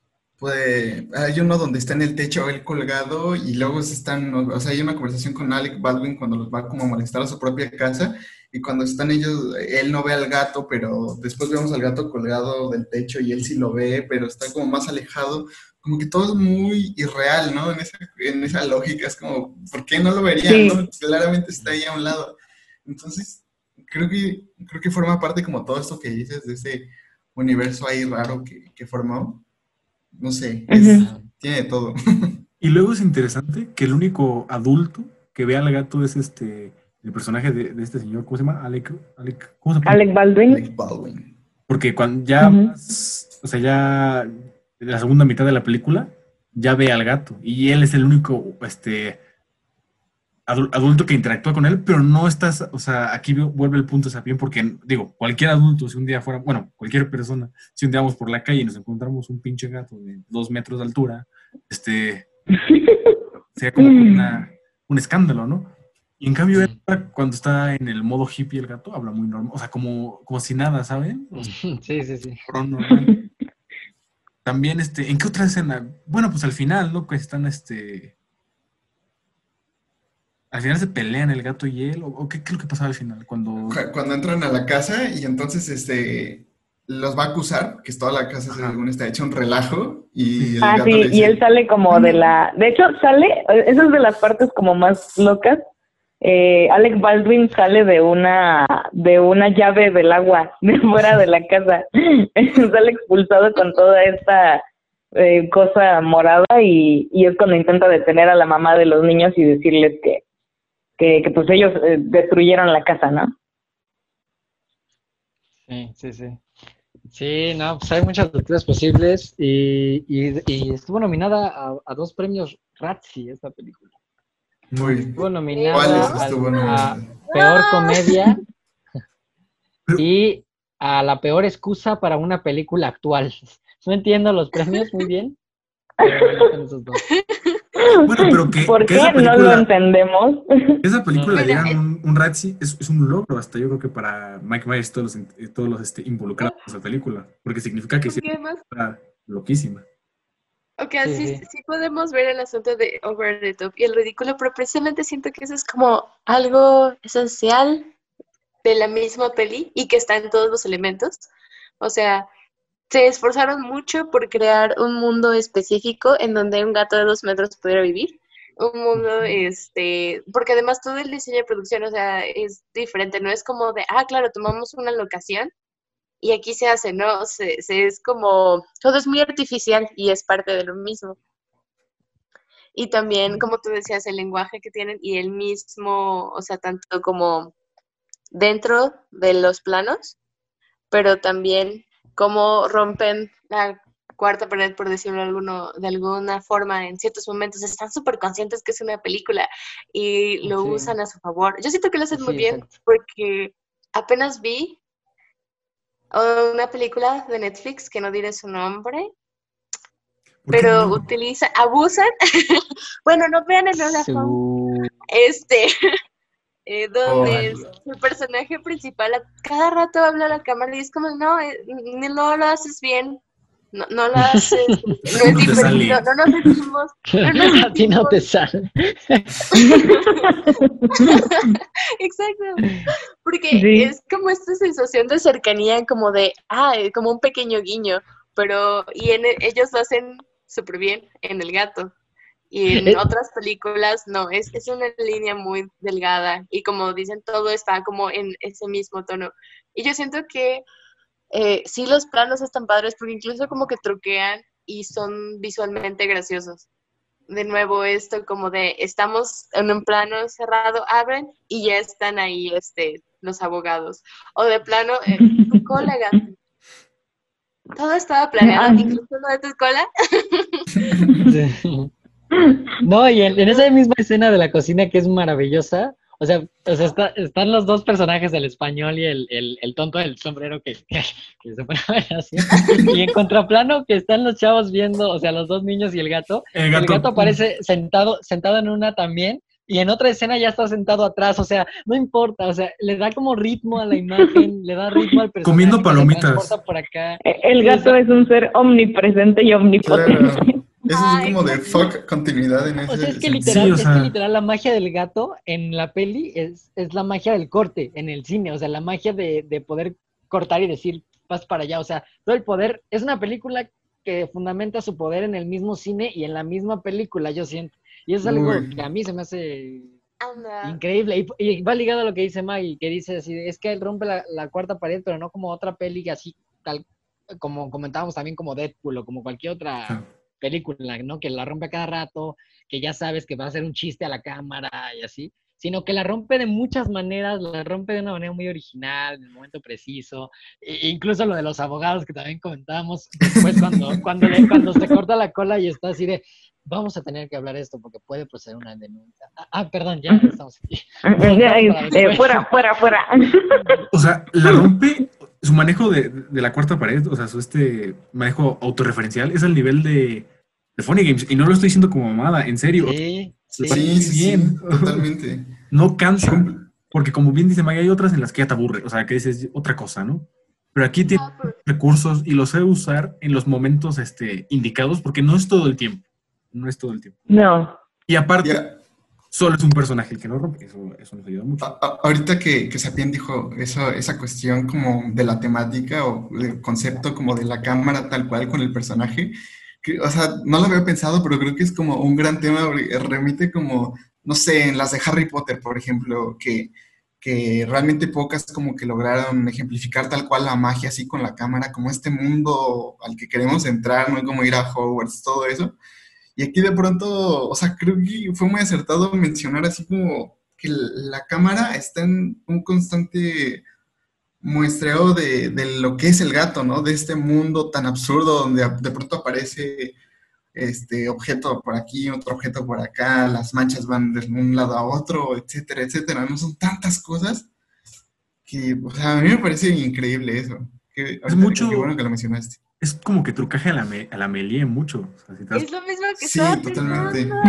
hay uno donde está en el techo él colgado y luego o sea, hay una conversación con Alec Baldwin cuando los va como a molestar a su propia casa y cuando están ellos, él no ve al gato, pero después vemos al gato colgado del techo y él sí lo ve, pero está como más alejado, como que todo es muy irreal, ¿no? En esa lógica es como, ¿por qué no lo verían, no? Sí, Claramente está ahí a un lado. Entonces, creo que forma parte como todo esto que dices de ese universo ahí raro que formó. No sé, ujú. tiene de todo. Y luego es interesante que el único adulto que ve al gato es el personaje de este señor, ¿cómo se llama? ¿Cómo se pronuncia? Alec Baldwin. Alec Baldwin. Porque cuando ya Ujú. más, o sea, ya en la segunda mitad de la película, ya ve al gato. Y él es el único, adulto que interactúa con él, pero no estás, o sea, aquí vuelve el punto, o sea, bien, porque, digo, cualquier adulto, si un día fuera, bueno, cualquier persona, si un día vamos por la calle y nos encontramos un pinche gato de 2 metros de altura, sería como que un escándalo, ¿no? Y en cambio, él, Mm. cuando está en el modo hippie, el gato habla muy normal, o sea, como si nada, ¿saben? O sea, Sí, sí, sí. normal. También, ¿en qué otra escena? Bueno, pues al final, ¿no? Que están, al final se pelean el gato y él, o qué es lo que pasaba al final, cuando... Cuando entran a la casa y entonces los va a acusar, que toda la casa Ajá, según está hecha un relajo, y sí, el sí, Ah, gato le sí, y él dice, sale como no, de no, la... De hecho, esa es de las partes como más locas. Alec Baldwin sale de una llave del agua de fuera de la casa. Sale expulsado con toda esta cosa morada y es cuando intenta detener a la mamá de los niños y decirles que pues ellos destruyeron la casa, ¿no? Sí, sí, sí. Sí, no, pues hay muchas lecturas posibles y estuvo nominada a 2 premios Razzie esta película. uy, Estuvo ¿En ¿cuáles nominada serio? estuvo a nominada? Peor ¡Ah! Comedia pero, y a la peor excusa para una película actual. No entiendo los premios muy bien, pero bueno, están esos dos. bueno, pero que, ¿Por que qué? esa No lo película, entendemos. esa No lo película le Mira, dieran entiendo. un Razzie es un logro hasta yo creo que para Mike Myers y todos los involucrados en esa película, porque significa que hicieron porque además, una película loquísima. ok, Sí, sí, sí. sí podemos ver el asunto de over the top y el ridículo, pero precisamente siento que eso es como algo esencial de la misma peli y que está en todos los elementos. O sea, se esforzaron mucho por crear un mundo específico en donde un gato de 2 metros pudiera vivir. Un mundo, porque además todo el diseño de producción, o sea, es diferente, no es como de, claro, tomamos una locación y aquí se hace, ¿no? Es como, todo es muy artificial y es parte de lo mismo. Y también, como tú decías, el lenguaje que tienen y el mismo, o sea, tanto como dentro de los planos, pero también cómo rompen la cuarta pared, por decirlo de alguna forma, en ciertos momentos. Están súper conscientes que es una película y lo Sí, usan a su favor. Yo siento que lo hacen muy sí, bien exacto. porque apenas vi una película de Netflix, que no diré su nombre, ¿Por qué pero no? abusan. Bueno, no vean en Hola Fam, Su... este, Oh, donde el personaje principal a cada rato habla a la cámara y es como, no, no lo haces bien, no lo haces, no es No te divertido, sale. no nos A ti no te reímos. sale. Exacto, porque Sí. es como esta sensación de cercanía, como de, como un pequeño guiño, pero, ellos lo hacen súper bien en El Gato. Y en Eh, otras películas, no, es una línea muy delgada y como dicen, todo está como en ese mismo tono. Y yo siento que sí los planos están padres porque incluso como que truquean y son visualmente graciosos. De nuevo esto como de, estamos en un plano cerrado, abren y ya están ahí los abogados. O de plano, tu cola, gato. Todo estaba planeado, Ah, incluso lo de tu cola. sí. No, y en esa misma escena de la cocina que es maravillosa, están los dos personajes, el español y el tonto del sombrero que se pone a ver así, y en contraplano que están los chavos viendo, o sea, los dos niños El y el gato gato. aparece sentado en una también, y en otra escena ya está sentado atrás, o sea, no importa, o sea, le da como ritmo a la imagen, le da ritmo al Comiendo personaje que se palomitas. transporta por acá. el Sí, gato es un ser omnipresente y claro. omnipotente. Eso es como de Exacto. fuck continuidad en o sea, ese Sí, sentido. o es que sea, literal la magia del gato en la peli es la magia del corte en el cine, o sea, la magia de poder cortar y decir, vas para allá, o sea, todo el poder, es una película que fundamenta su poder en el mismo cine y en la misma película, yo siento. Y eso es algo Uy, que a mí se me hace Anda. increíble. Y va ligado a lo que dice Maggie, que dice así, es que él rompe la cuarta pared, pero no como otra peli así, como comentábamos también como Deadpool o como cualquier otra claro. película, ¿no? Que la rompe a cada rato, que ya sabes que va a ser un chiste a la cámara y así, sino que la rompe de muchas maneras, la rompe de una manera muy original, en el momento preciso, incluso lo de los abogados que también comentábamos después cuando se corta la cola y está así de, vamos a tener que hablar esto porque puede proceder una denuncia. Perdón, ya estamos aquí. Vamos para después. Fuera, fuera, fuera. O sea, la rompe su manejo de la cuarta pared, o sea, su manejo autorreferencial es al nivel de Funny Games. Y no lo estoy diciendo como mamada, en serio. Sí, Lo hace sí, sí. muy sí, sí, bien. totalmente. No Sí, cansa. Porque como bien dice Maya, hay otras en las que ya te aburre. O sea, que dices otra cosa, ¿no? Pero aquí tiene recursos y los sabe usar en los momentos indicados porque no es todo el tiempo. No es todo el tiempo. No. Y aparte, ya, solo es un personaje el que no rompe. Eso nos ayuda mucho. ahorita que Sapien dijo esa cuestión como de la temática o del concepto como de la cámara tal cual con el personaje, o sea, no lo había pensado, pero creo que es como un gran tema, porque remite como, no sé, en las de Harry Potter, por ejemplo, que realmente pocas como que lograron ejemplificar tal cual la magia así con la cámara, como este mundo al que queremos entrar, ¿no? Como ir a Hogwarts, todo eso. Y aquí de pronto, o sea, creo que fue muy acertado mencionar así como que la cámara está en un constante muestreo de lo que es el gato, ¿no? De este mundo tan absurdo donde de pronto aparece este objeto por aquí, otro objeto por acá, las manchas van de un lado a otro, etcétera, etcétera. No son tantas cosas que, o sea, a mí me parece increíble eso. Que Es ahorita, qué mucho, bueno que lo mencionaste. es como que trucaje a la Méliès mucho. O sea, si te das Es lo mismo que estaba Sí, totalmente. pensando.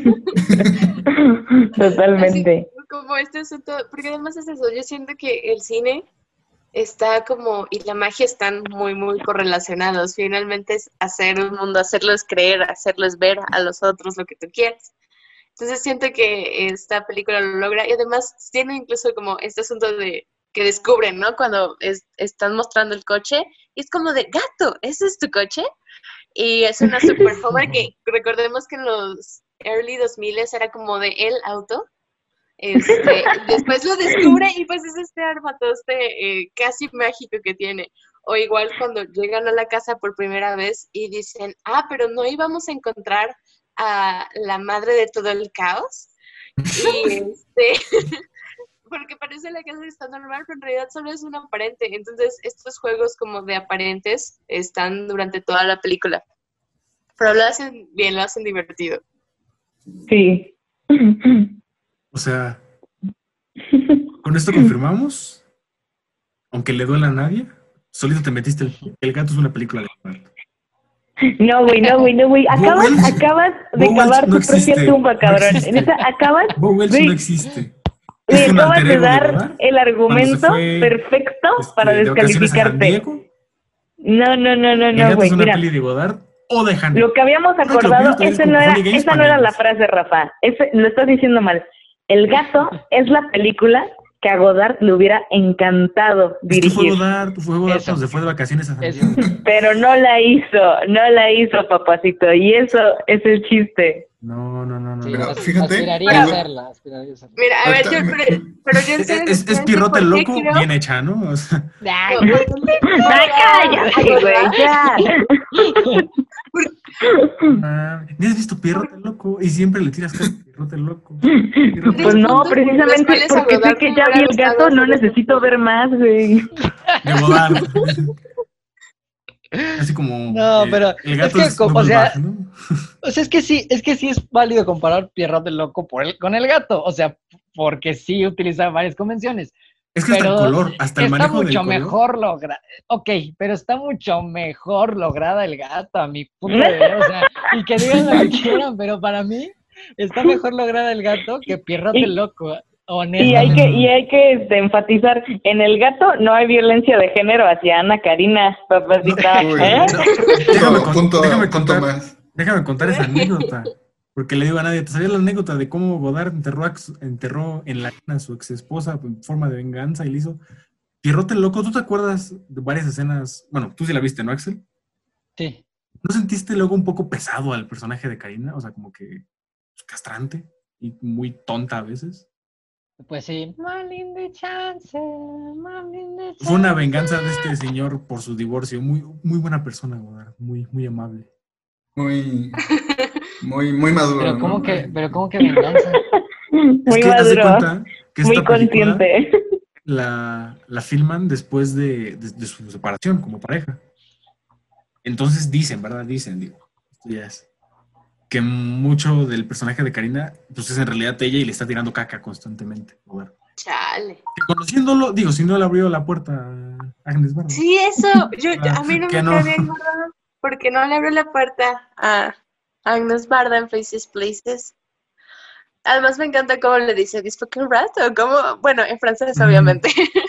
Así Totalmente. como este asunto, porque además es eso, yo siento que el cine está como, y la magia están muy, muy correlacionados. Finalmente es hacer un mundo, hacerlos creer, hacerlos ver a los otros lo que tú quieres. Entonces siento que esta película lo logra y además tiene incluso como este asunto de que descubren, ¿no? Cuando están mostrando el coche y es como de, gato, ¿ese es tu coche? Y es una super Homer que recordemos que en los early 2000 era como de el auto. Después lo descubre y pues es este armatoste casi mágico que tiene. O igual cuando llegan a la casa por primera vez y dicen, pero no íbamos a encontrar a la madre de todo el caos. Y porque parece la casa está normal, pero en realidad solo es un aparente. Entonces, estos juegos como de aparentes están durante toda la película. Pero lo hacen bien, lo hacen divertido. Sí. O sea, con esto confirmamos, aunque le duela a nadie, solito te metiste el gato es una película de Godard. No, güey. Acabas de cavar tu propia tumba, cabrón. Bob Welch güey, no existe. me Es un acabas alter de ego de dar Godard, el argumento perfecto para de vacaciones a San descalificarte. Diego. No, El gato güey. es una Mira, peli de Godard o de Haneke. lo que habíamos Ahora que lo acordado, pienso, esa como no era, Funny Games esa no era la españoles. frase, Rafa. Lo estás diciendo mal. El gato es la película que a Godard le hubiera encantado Es que fue dirigir. Godard Eso. cuando se fue de vacaciones a San Eso. Diego. Pero no la hizo, papacito. Y eso es el chiste. No. Sí, Pero fíjate, aspiraría a hacerla. Mira, a ver, Ahorita pero yo entiendo. Es Pirrota el Loco bien hecha, ¿no? O sea, Ay, ¡Cállate, güey! ¡Ya! ¿ni has visto Pirrota el Loco? Y siempre le tiras casi Pirrota el Loco. Pues no, precisamente porque sé que ya vi el gato, no necesito ver más, güey. De Godard. Así como No, pero el gato es que, es Douglas o sea, Bach, ¿no? O sea, es que sí es válido comparar Pierrot el Loco con el gato, o sea, porque sí utiliza varias convenciones. Es que hasta el color, hasta el manejo del está color. mucho mejor lograda. Ok, pero está mucho mejor lograda el gato, a mi punto de ver, o sea, y que digan lo que quieran, pero para mí está mejor lograda el gato que Pierrot el Loco, honestamente. Y hay que enfatizar, en el gato no hay violencia de género hacia Ana Karina, papacita. Uy, ¿Eh? Déjame contar esa anécdota. Porque le digo a nadie, ¿te sabías la anécdota de cómo Godard enterró en la cuna a su ex esposa en forma de venganza y le hizo Pierrot el Loco? ¿Tú te acuerdas de varias escenas? Bueno, tú sí la viste, ¿no, Axel? Sí. ¿No sentiste luego un poco pesado al personaje de Karina? O sea, como que castrante y muy tonta a veces. Pues sí. Fue una venganza de este señor por su divorcio. Muy, muy buena persona, Godard. Muy, muy amable. Muy maduro. Pero ¿no? cómo que venganza. Muy es que haz de maduro, cuenta que muy esta película consciente. la filman después de su separación como pareja. Entonces dicen, ¿verdad? Digo, esto ya es, que mucho del personaje de Karina pues es en realidad ella y le está tirando caca constantemente. Godard. Chale. Que conociéndolo, digo, si no le abrió la puerta a Agnes Barda. Sí, eso. A mí no me cae bien, ¿verdad? Porque no le abrió la puerta a Agnes Barda en Faces Places. Además me encanta cómo le dice "this fucking rat", o como, bueno, en francés obviamente.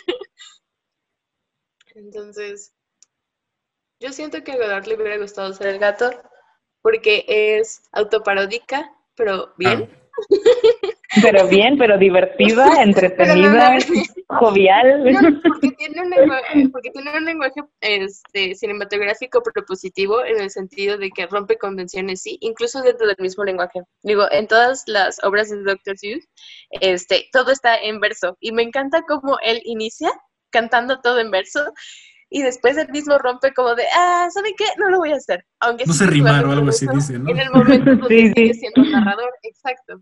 Entonces, yo siento que a Godard le hubiera gustado ser el gato porque es autoparódica, pero bien. Pero bien, pero divertida, entretenida, jovial. No, porque tiene un lenguaje cinematográfico propositivo en el sentido de que rompe convenciones, sí, incluso dentro del mismo lenguaje. Digo, en todas las obras de Dr. Seuss, todo está en verso y me encanta cómo él inicia cantando todo en verso y después él mismo rompe como de, ¿saben qué? No lo voy a hacer. Aunque no sí sé rimar o algo eso, así dice, ¿no? En el momento donde Sí. sigue siendo un narrador, exacto.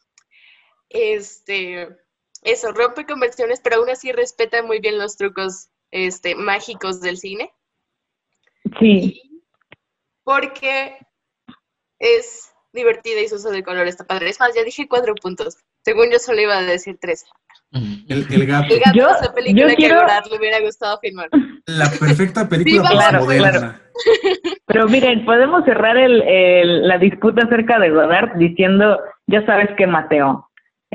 Eso, rompe convenciones, pero aún así respeta muy bien los trucos mágicos del cine. Sí. Porque es divertida y su uso de color está padre. Es más, ya dije 4 puntos. Según yo solo iba a decir 3. El gato. El gato es la película yo que quiero- a Godard le hubiera gustado filmar. La perfecta película Sí, claro, postmoderna. Pero miren, podemos cerrar la disputa acerca de Godard diciendo, ya sabes que Mateo,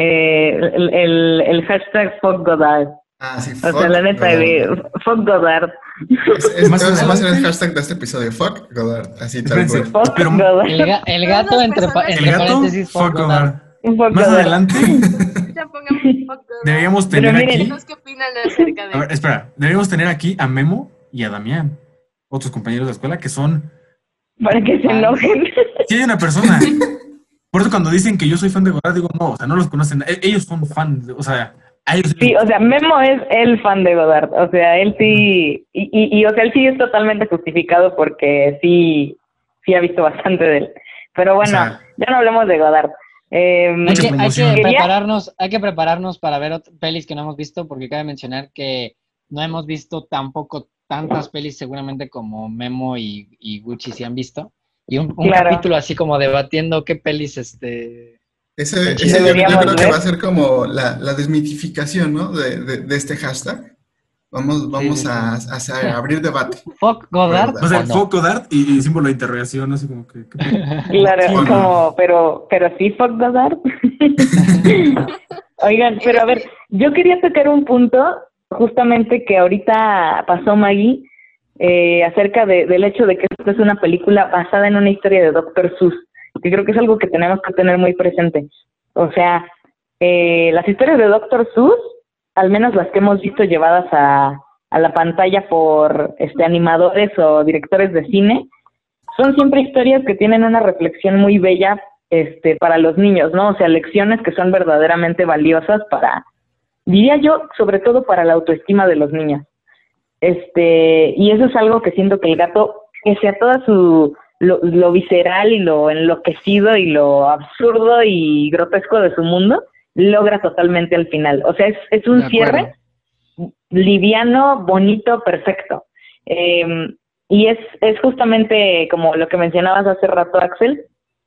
el hashtag fuck Godard. Sí, O sea, la neta, fuck Godard. Va a ser el hashtag de este episodio. Fuck Godard. Así tal Espérense, cual. Fuck pero Godard. El gato entre el gato, paréntesis, fuck Godard. Fuck Más Godard. adelante Ya pongamos fuck Godard. deberíamos tener miren, aquí. Díganos qué opinan acerca de A ver, espera, deberíamos tener aquí a Memo y a Damián, otros compañeros de la escuela que son. Para que se enojen. Sí, hay una persona. Por eso cuando dicen que yo soy fan de Godard, digo, no, o sea, no los conocen. Ellos son fans, o sea, a ellos Sí, o sea, Memo es el fan de Godard. O sea, él sí. O sea, él sí es totalmente justificado porque sí ha visto bastante de él. Pero bueno, O sea, Ya no hablemos de Godard. Hay que prepararnos para ver pelis que no hemos visto, porque cabe mencionar que no hemos visto tampoco tantas pelis seguramente como Memo y Gucci sí han visto. Y un capítulo así como debatiendo qué pelis Ese yo creo que va a ser como la desmitificación, ¿no? de este hashtag. Vamos a abrir debate. Fuck Godard. Va a ser fuck Godard y símbolo de interrogación, así como que... Claro, como, pero sí, fuck Godard. Oigan, pero a ver, yo quería tocar un punto, justamente que ahorita pasó Maggie, acerca del hecho de que esta es una película basada en una historia de Dr. Seuss, que creo que es algo que tenemos que tener muy presente. O sea, las historias de Dr. Seuss, al menos las que hemos visto llevadas a la pantalla por animadores o directores de cine, son siempre historias que tienen una reflexión muy bella para los niños, ¿no? O sea, lecciones que son verdaderamente valiosas diría yo, sobre todo para la autoestima de los niños. Y eso es algo que siento que El Gato, pese a toda lo visceral y lo enloquecido y lo absurdo y grotesco de su mundo, logra totalmente al final. O sea, es un cierre liviano, bonito, perfecto. Y es justamente como lo que mencionabas hace rato, Axel,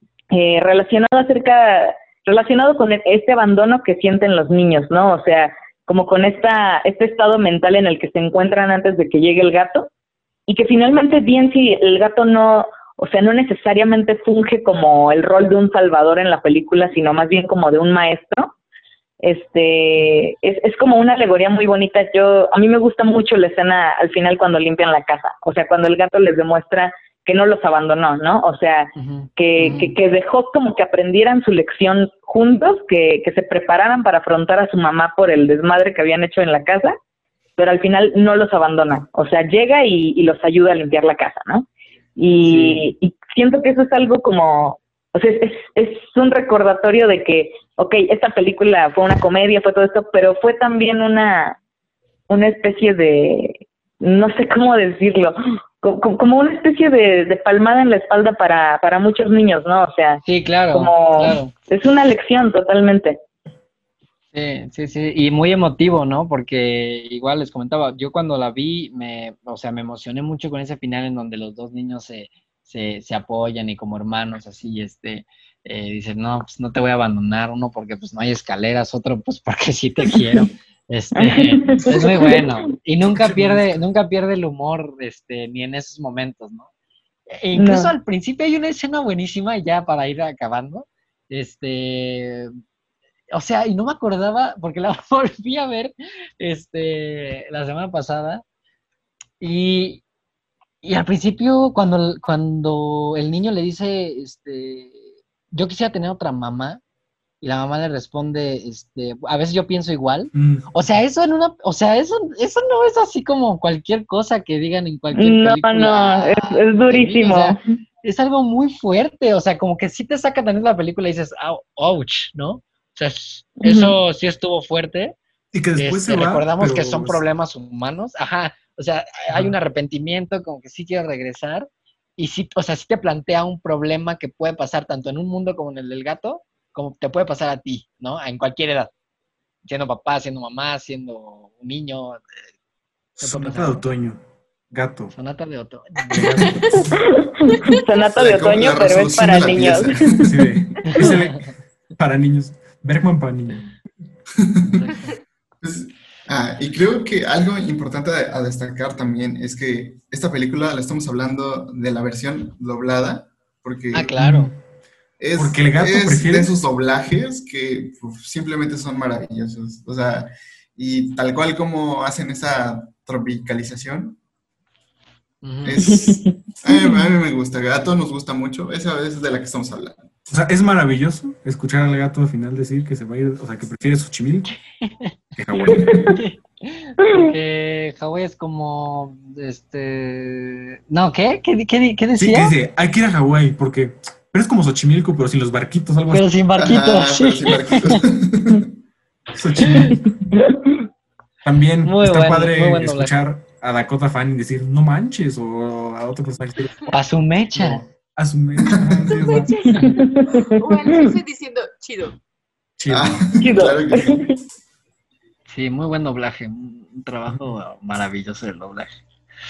relacionado con este abandono que sienten los niños, ¿no? O sea, como con este estado mental en el que se encuentran antes de que llegue el gato, y que finalmente bien si el gato no necesariamente funge como el rol de un salvador en la película, sino más bien como de un maestro. Es como una alegoría muy bonita. A mí me gusta mucho la escena al final cuando limpian la casa, o sea, cuando el gato les demuestra que no los abandonó, ¿no? O sea, que dejó como que aprendieran su lección juntos, que se prepararan para afrontar a su mamá por el desmadre que habían hecho en la casa, pero al final no los abandona. O sea, llega y los ayuda a limpiar la casa, ¿no? Y siento que eso es algo como, o sea, es un recordatorio de que, ok, esta película fue una comedia, fue todo esto, pero fue también una especie de, no sé cómo decirlo, como una especie de palmada en la espalda para muchos niños, ¿no? O sea, sí, claro, claro. Es una lección totalmente. Sí, y muy emotivo, ¿no? Porque igual les comentaba, yo cuando la vi, me emocioné mucho con ese final en donde los dos niños se apoyan y como hermanos así, dicen, no, pues no te voy a abandonar, uno porque pues no hay escaleras, otro pues porque sí te quiero. Es muy bueno. Y nunca pierde el humor, ni en esos momentos, ¿no? E incluso al principio hay una escena buenísima, ya para ir acabando, o sea, y no me acordaba, porque la volví a ver, la semana pasada, y al principio, cuando el niño le dice, yo quisiera tener otra mamá, y la mamá le responde, a veces yo pienso igual. O sea, eso no es así como cualquier cosa que digan en cualquier película. No, es durísimo. O sea, es algo muy fuerte, o sea, como que sí te saca también la película y dices, ouch, ¿no? O sea, eso sí estuvo fuerte. Y que después recordamos que son problemas humanos. Ajá, o sea, hay un arrepentimiento, como que sí quiero regresar. Y sí, o sea, sí te plantea un problema que puede pasar tanto en un mundo como en el del gato, como te puede pasar a ti, ¿no? En cualquier edad. Siendo papá, siendo mamá, siendo un niño. Sonata de otoño. Gato. Sonata de otoño. Sonata de otoño, pero es para niños. Sí, para niños. Bergman para niños. Pues, y creo que algo importante a destacar también es que esta película la estamos hablando de la versión doblada, porque... claro. Porque el gato prefiere... de esos doblajes que simplemente son maravillosos. O sea, y tal cual como hacen esa tropicalización, a mí me gusta. A todos nos gusta mucho. Esa es de la que estamos hablando. O sea, es maravilloso escuchar al gato al final decir que se va a ir, o sea, que prefiere Xochimilco que Hawái. Porque Hawái es como, No, ¿qué? ¿Qué decía? Sí, que dice, hay que ir a Hawái porque... Pero es como Xochimilco, pero sin los barquitos, algo pero así. Sin barquitos, sí. Pero sin barquitos. Xochimilco. También muy está bueno, padre escuchar a Dakota Fanning decir, no manches, o a otro personaje. A su mecha. No, A su mecha. O el jefe diciendo, chido. Chido. Chido. Claro que sí. Sí, muy buen doblaje. Un trabajo maravilloso del doblaje.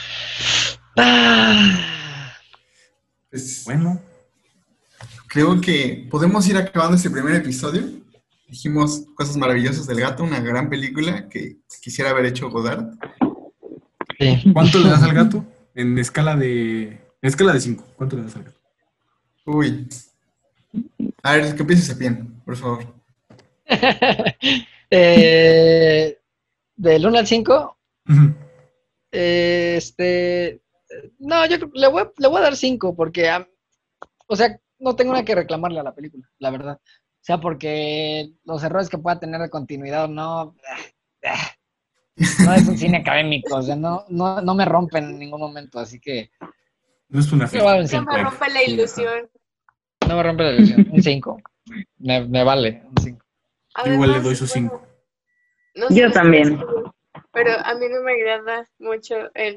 Ah, Pues, Bueno, creo que podemos ir acabando este primer episodio. Dijimos cosas maravillosas del gato, una gran película que quisiera haber hecho Godard. sí. ¿cuánto le das al gato? En escala de 5. ¿Cuánto le das al gato? Uy. A ver, ¿qué piensas, Sepien? Por favor. Del 1 al 5, Ujú. no, yo creo que le voy a dar 5 porque, o sea, no tengo nada que reclamarle a la película, la verdad. O sea, porque los errores que pueda tener de continuidad o no, no es un cine académico, o sea, no me rompen en ningún momento, así que No es una le voy a dar un Que 5. me rompe la ilusión. No me rompe la ilusión, un 5. Me vale, un 5. Yo igual le Además, doy sus bueno, 5. no sé Yo ustedes, también. pero a mí no me agrada mucho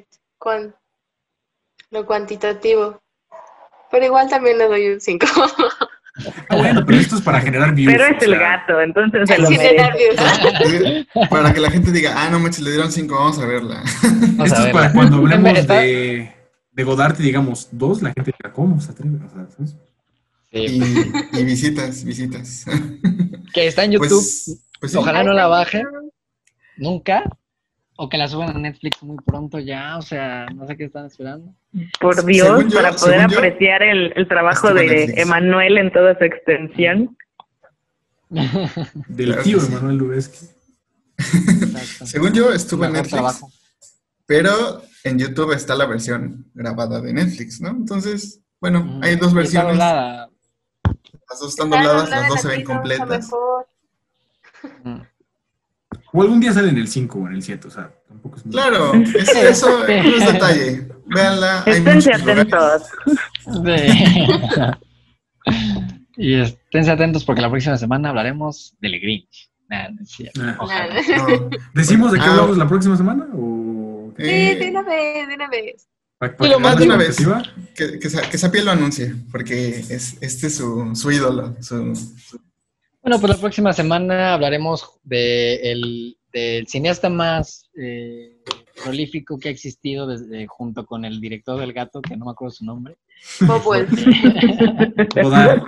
lo cuantitativo. Pero igual también le doy un 5. Ah, bueno, pero esto es para generar views. Pero es o el sea, gato, entonces se lo Sin merece. nervios. Para que la gente diga, ah, no manches, le dieron 5, vamos a verla. Vamos Esto a es para verla. cuando hablemos Está- de Godard y digamos 2, la gente diga, ¿cómo se atreve? O sea, ¿sabes? Sí, Y visitas. que está en YouTube. Pues sí. Ojalá no la bajen nunca, o que la suban a Netflix muy pronto ya, o sea, no sé qué están esperando. Por Dios, Según yo- para poder según yo, apreciar el trabajo estuvo en de Netflix. Emanuel en toda su extensión. Del Claro tío que sí. Emanuel Lubezki. Exacto. Según yo, estuvo en Mejor Netflix, trabajo. pero en YouTube está la versión grabada de Netflix, ¿no? Entonces, bueno, hay dos Y está versiones. doblada. Las dos están Está dobladas, doblada las en dos se ven latino, está completas. mejor. Mm. O algún día sale en el 5 o en el 7, o sea, tampoco es muy... Claro, eso es detalle. Véanla, hay Esténse muchos lugares. atentos. Y esténse atentos porque la próxima semana hablaremos del Grinch. Nah, no es cierto. Ah. Ojalá. No. ¿Decimos de qué Ah, hablamos la próxima semana? ¿O Sí, eh, de una vez. para Y lo generar la de una vez. expectativa? Que Sapien lo anuncie, porque este es su ídolo. Bueno, pues la próxima semana hablaremos del cineasta más prolífico que ha existido junto con el director del gato, que no me acuerdo su nombre. Bob Wells. Godard.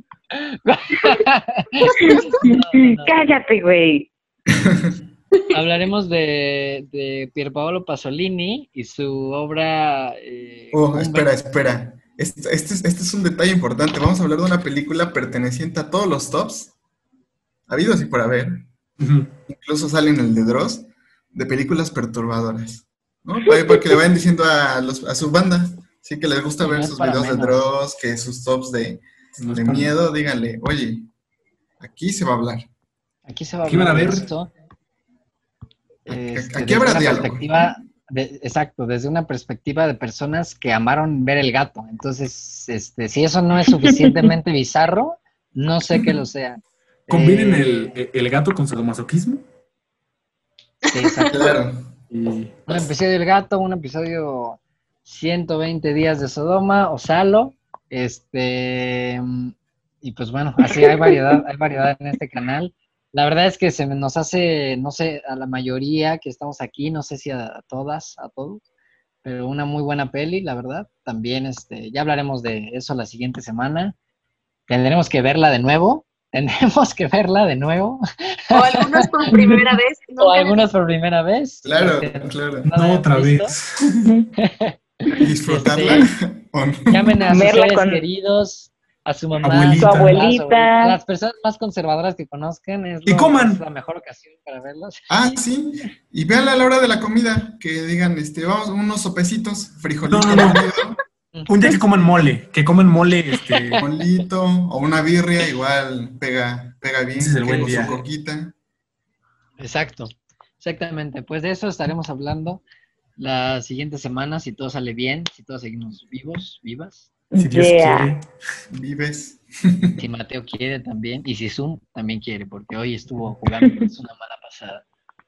No. Cállate, güey. Hablaremos de Pierpaolo Pasolini y su obra. Espera. Este es un detalle importante. Vamos a hablar de una película perteneciente a todos los tops, habidos y por haber. Ujú. Incluso sale en el de Dross, de películas perturbadoras, ¿no? Para que le vayan diciendo a su banda, sí que les gusta Y ver no es sus para videos de menos. Dross, que sus tops de No es para- miedo, díganle, oye, aquí se va a hablar. Aquí se va a Aquí van a hablar de ver. esto. Aquí Desde habrá una diálogo. perspectiva exacto, desde una perspectiva de personas que amaron ver el gato. Entonces, si eso no es suficientemente bizarro, no sé qué lo sea. ¿Combinen Eh, el gato con sadomasoquismo? Sí, exacto. Claro. Y Un episodio del gato, un episodio 120 días de Sodoma o Salo. Y pues bueno, así hay variedad en este canal. La verdad es que se nos hace, no sé, a la mayoría que estamos aquí, no sé si a todas, a todos, pero una muy buena peli, la verdad. También, ya hablaremos de eso la siguiente semana. Tendremos que verla de nuevo. O algunos por primera vez. O Nunca algunas por primera vez. Claro, que claro. no la no hayan otra visto. vez. Disfrutarla. ¿O no? Llamen a sus Verla seres con- queridos, a su mamá, Abuelita. a Su abuelita. a las personas más conservadoras que conozcan. Y coman. Es la mejor ocasión para verlos. Ah, sí. Y véanla a la hora de la comida, que digan, vamos, unos sopecitos, frijolito, No. molido, Un día que coman mole, molito, o una birria, igual pega bien, Ese es el que buen con su día. coquita. Exacto, exactamente. Pues de eso estaremos hablando la siguiente semana, si todo sale bien, si todos seguimos vivas. Si Dios Yeah. quiere. Vives. Si Mateo quiere también, y si Zoom también quiere, porque hoy estuvo jugando, es una mala pasada.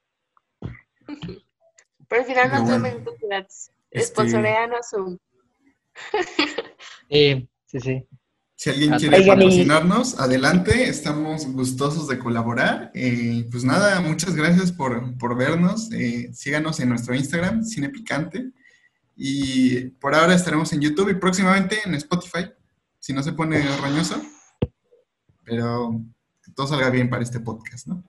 Pero al final Pero nos bueno. ven gratis. Este- Sponsorean a Zoom. Sí, sí. Si alguien Ah, quiere oigan, y- patrocinarnos, adelante, estamos gustosos de colaborar. Pues nada, muchas gracias por vernos. Síganos en nuestro Instagram, Cine Picante. Y por ahora estaremos en YouTube y próximamente en Spotify, si no se pone roñoso. Pero que todo salga bien para este podcast, ¿no?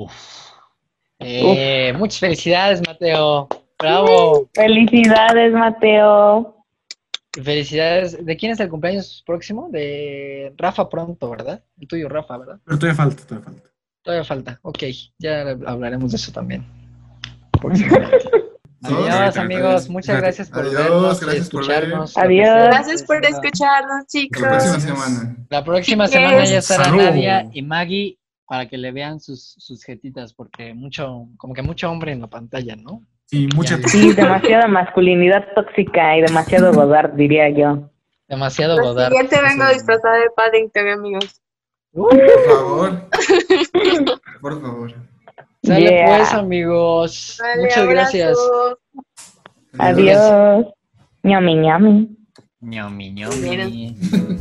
Muchas felicidades, Mateo. Bravo. Felicidades, Mateo. Y felicidades. ¿De quién es el cumpleaños próximo? De Rafa pronto, ¿verdad? El tuyo, Rafa, ¿verdad? Pero todavía falta, todavía falta. Todavía falta. Ok, ya hablaremos de eso también. Próximamente. Sí, Adiós, ahorita, amigos. Muchas fíjate. gracias por Adiós, vernos y gracias por ver. escucharnos. lo que Adiós. sea. Gracias por escucharnos, Hasta la próxima chicos. semana. La próxima Chiques. semana ya estará Salud. Nadia y Maggie para que le vean sus jetitas, porque como que mucho hombre en la pantalla, ¿no? Sí, mucha Ya. Sí, demasiada masculinidad tóxica y demasiado Godard, diría yo. Demasiado Lo Godard. siguiente vengo Eso. disfrazada de Paddington, amigos. Por favor. Por favor. Sale Yeah. pues, amigos. Vale, Muchas gracias. abrazos. Adiós. Ñami, ñami. Ñomi, Miren. ñomi.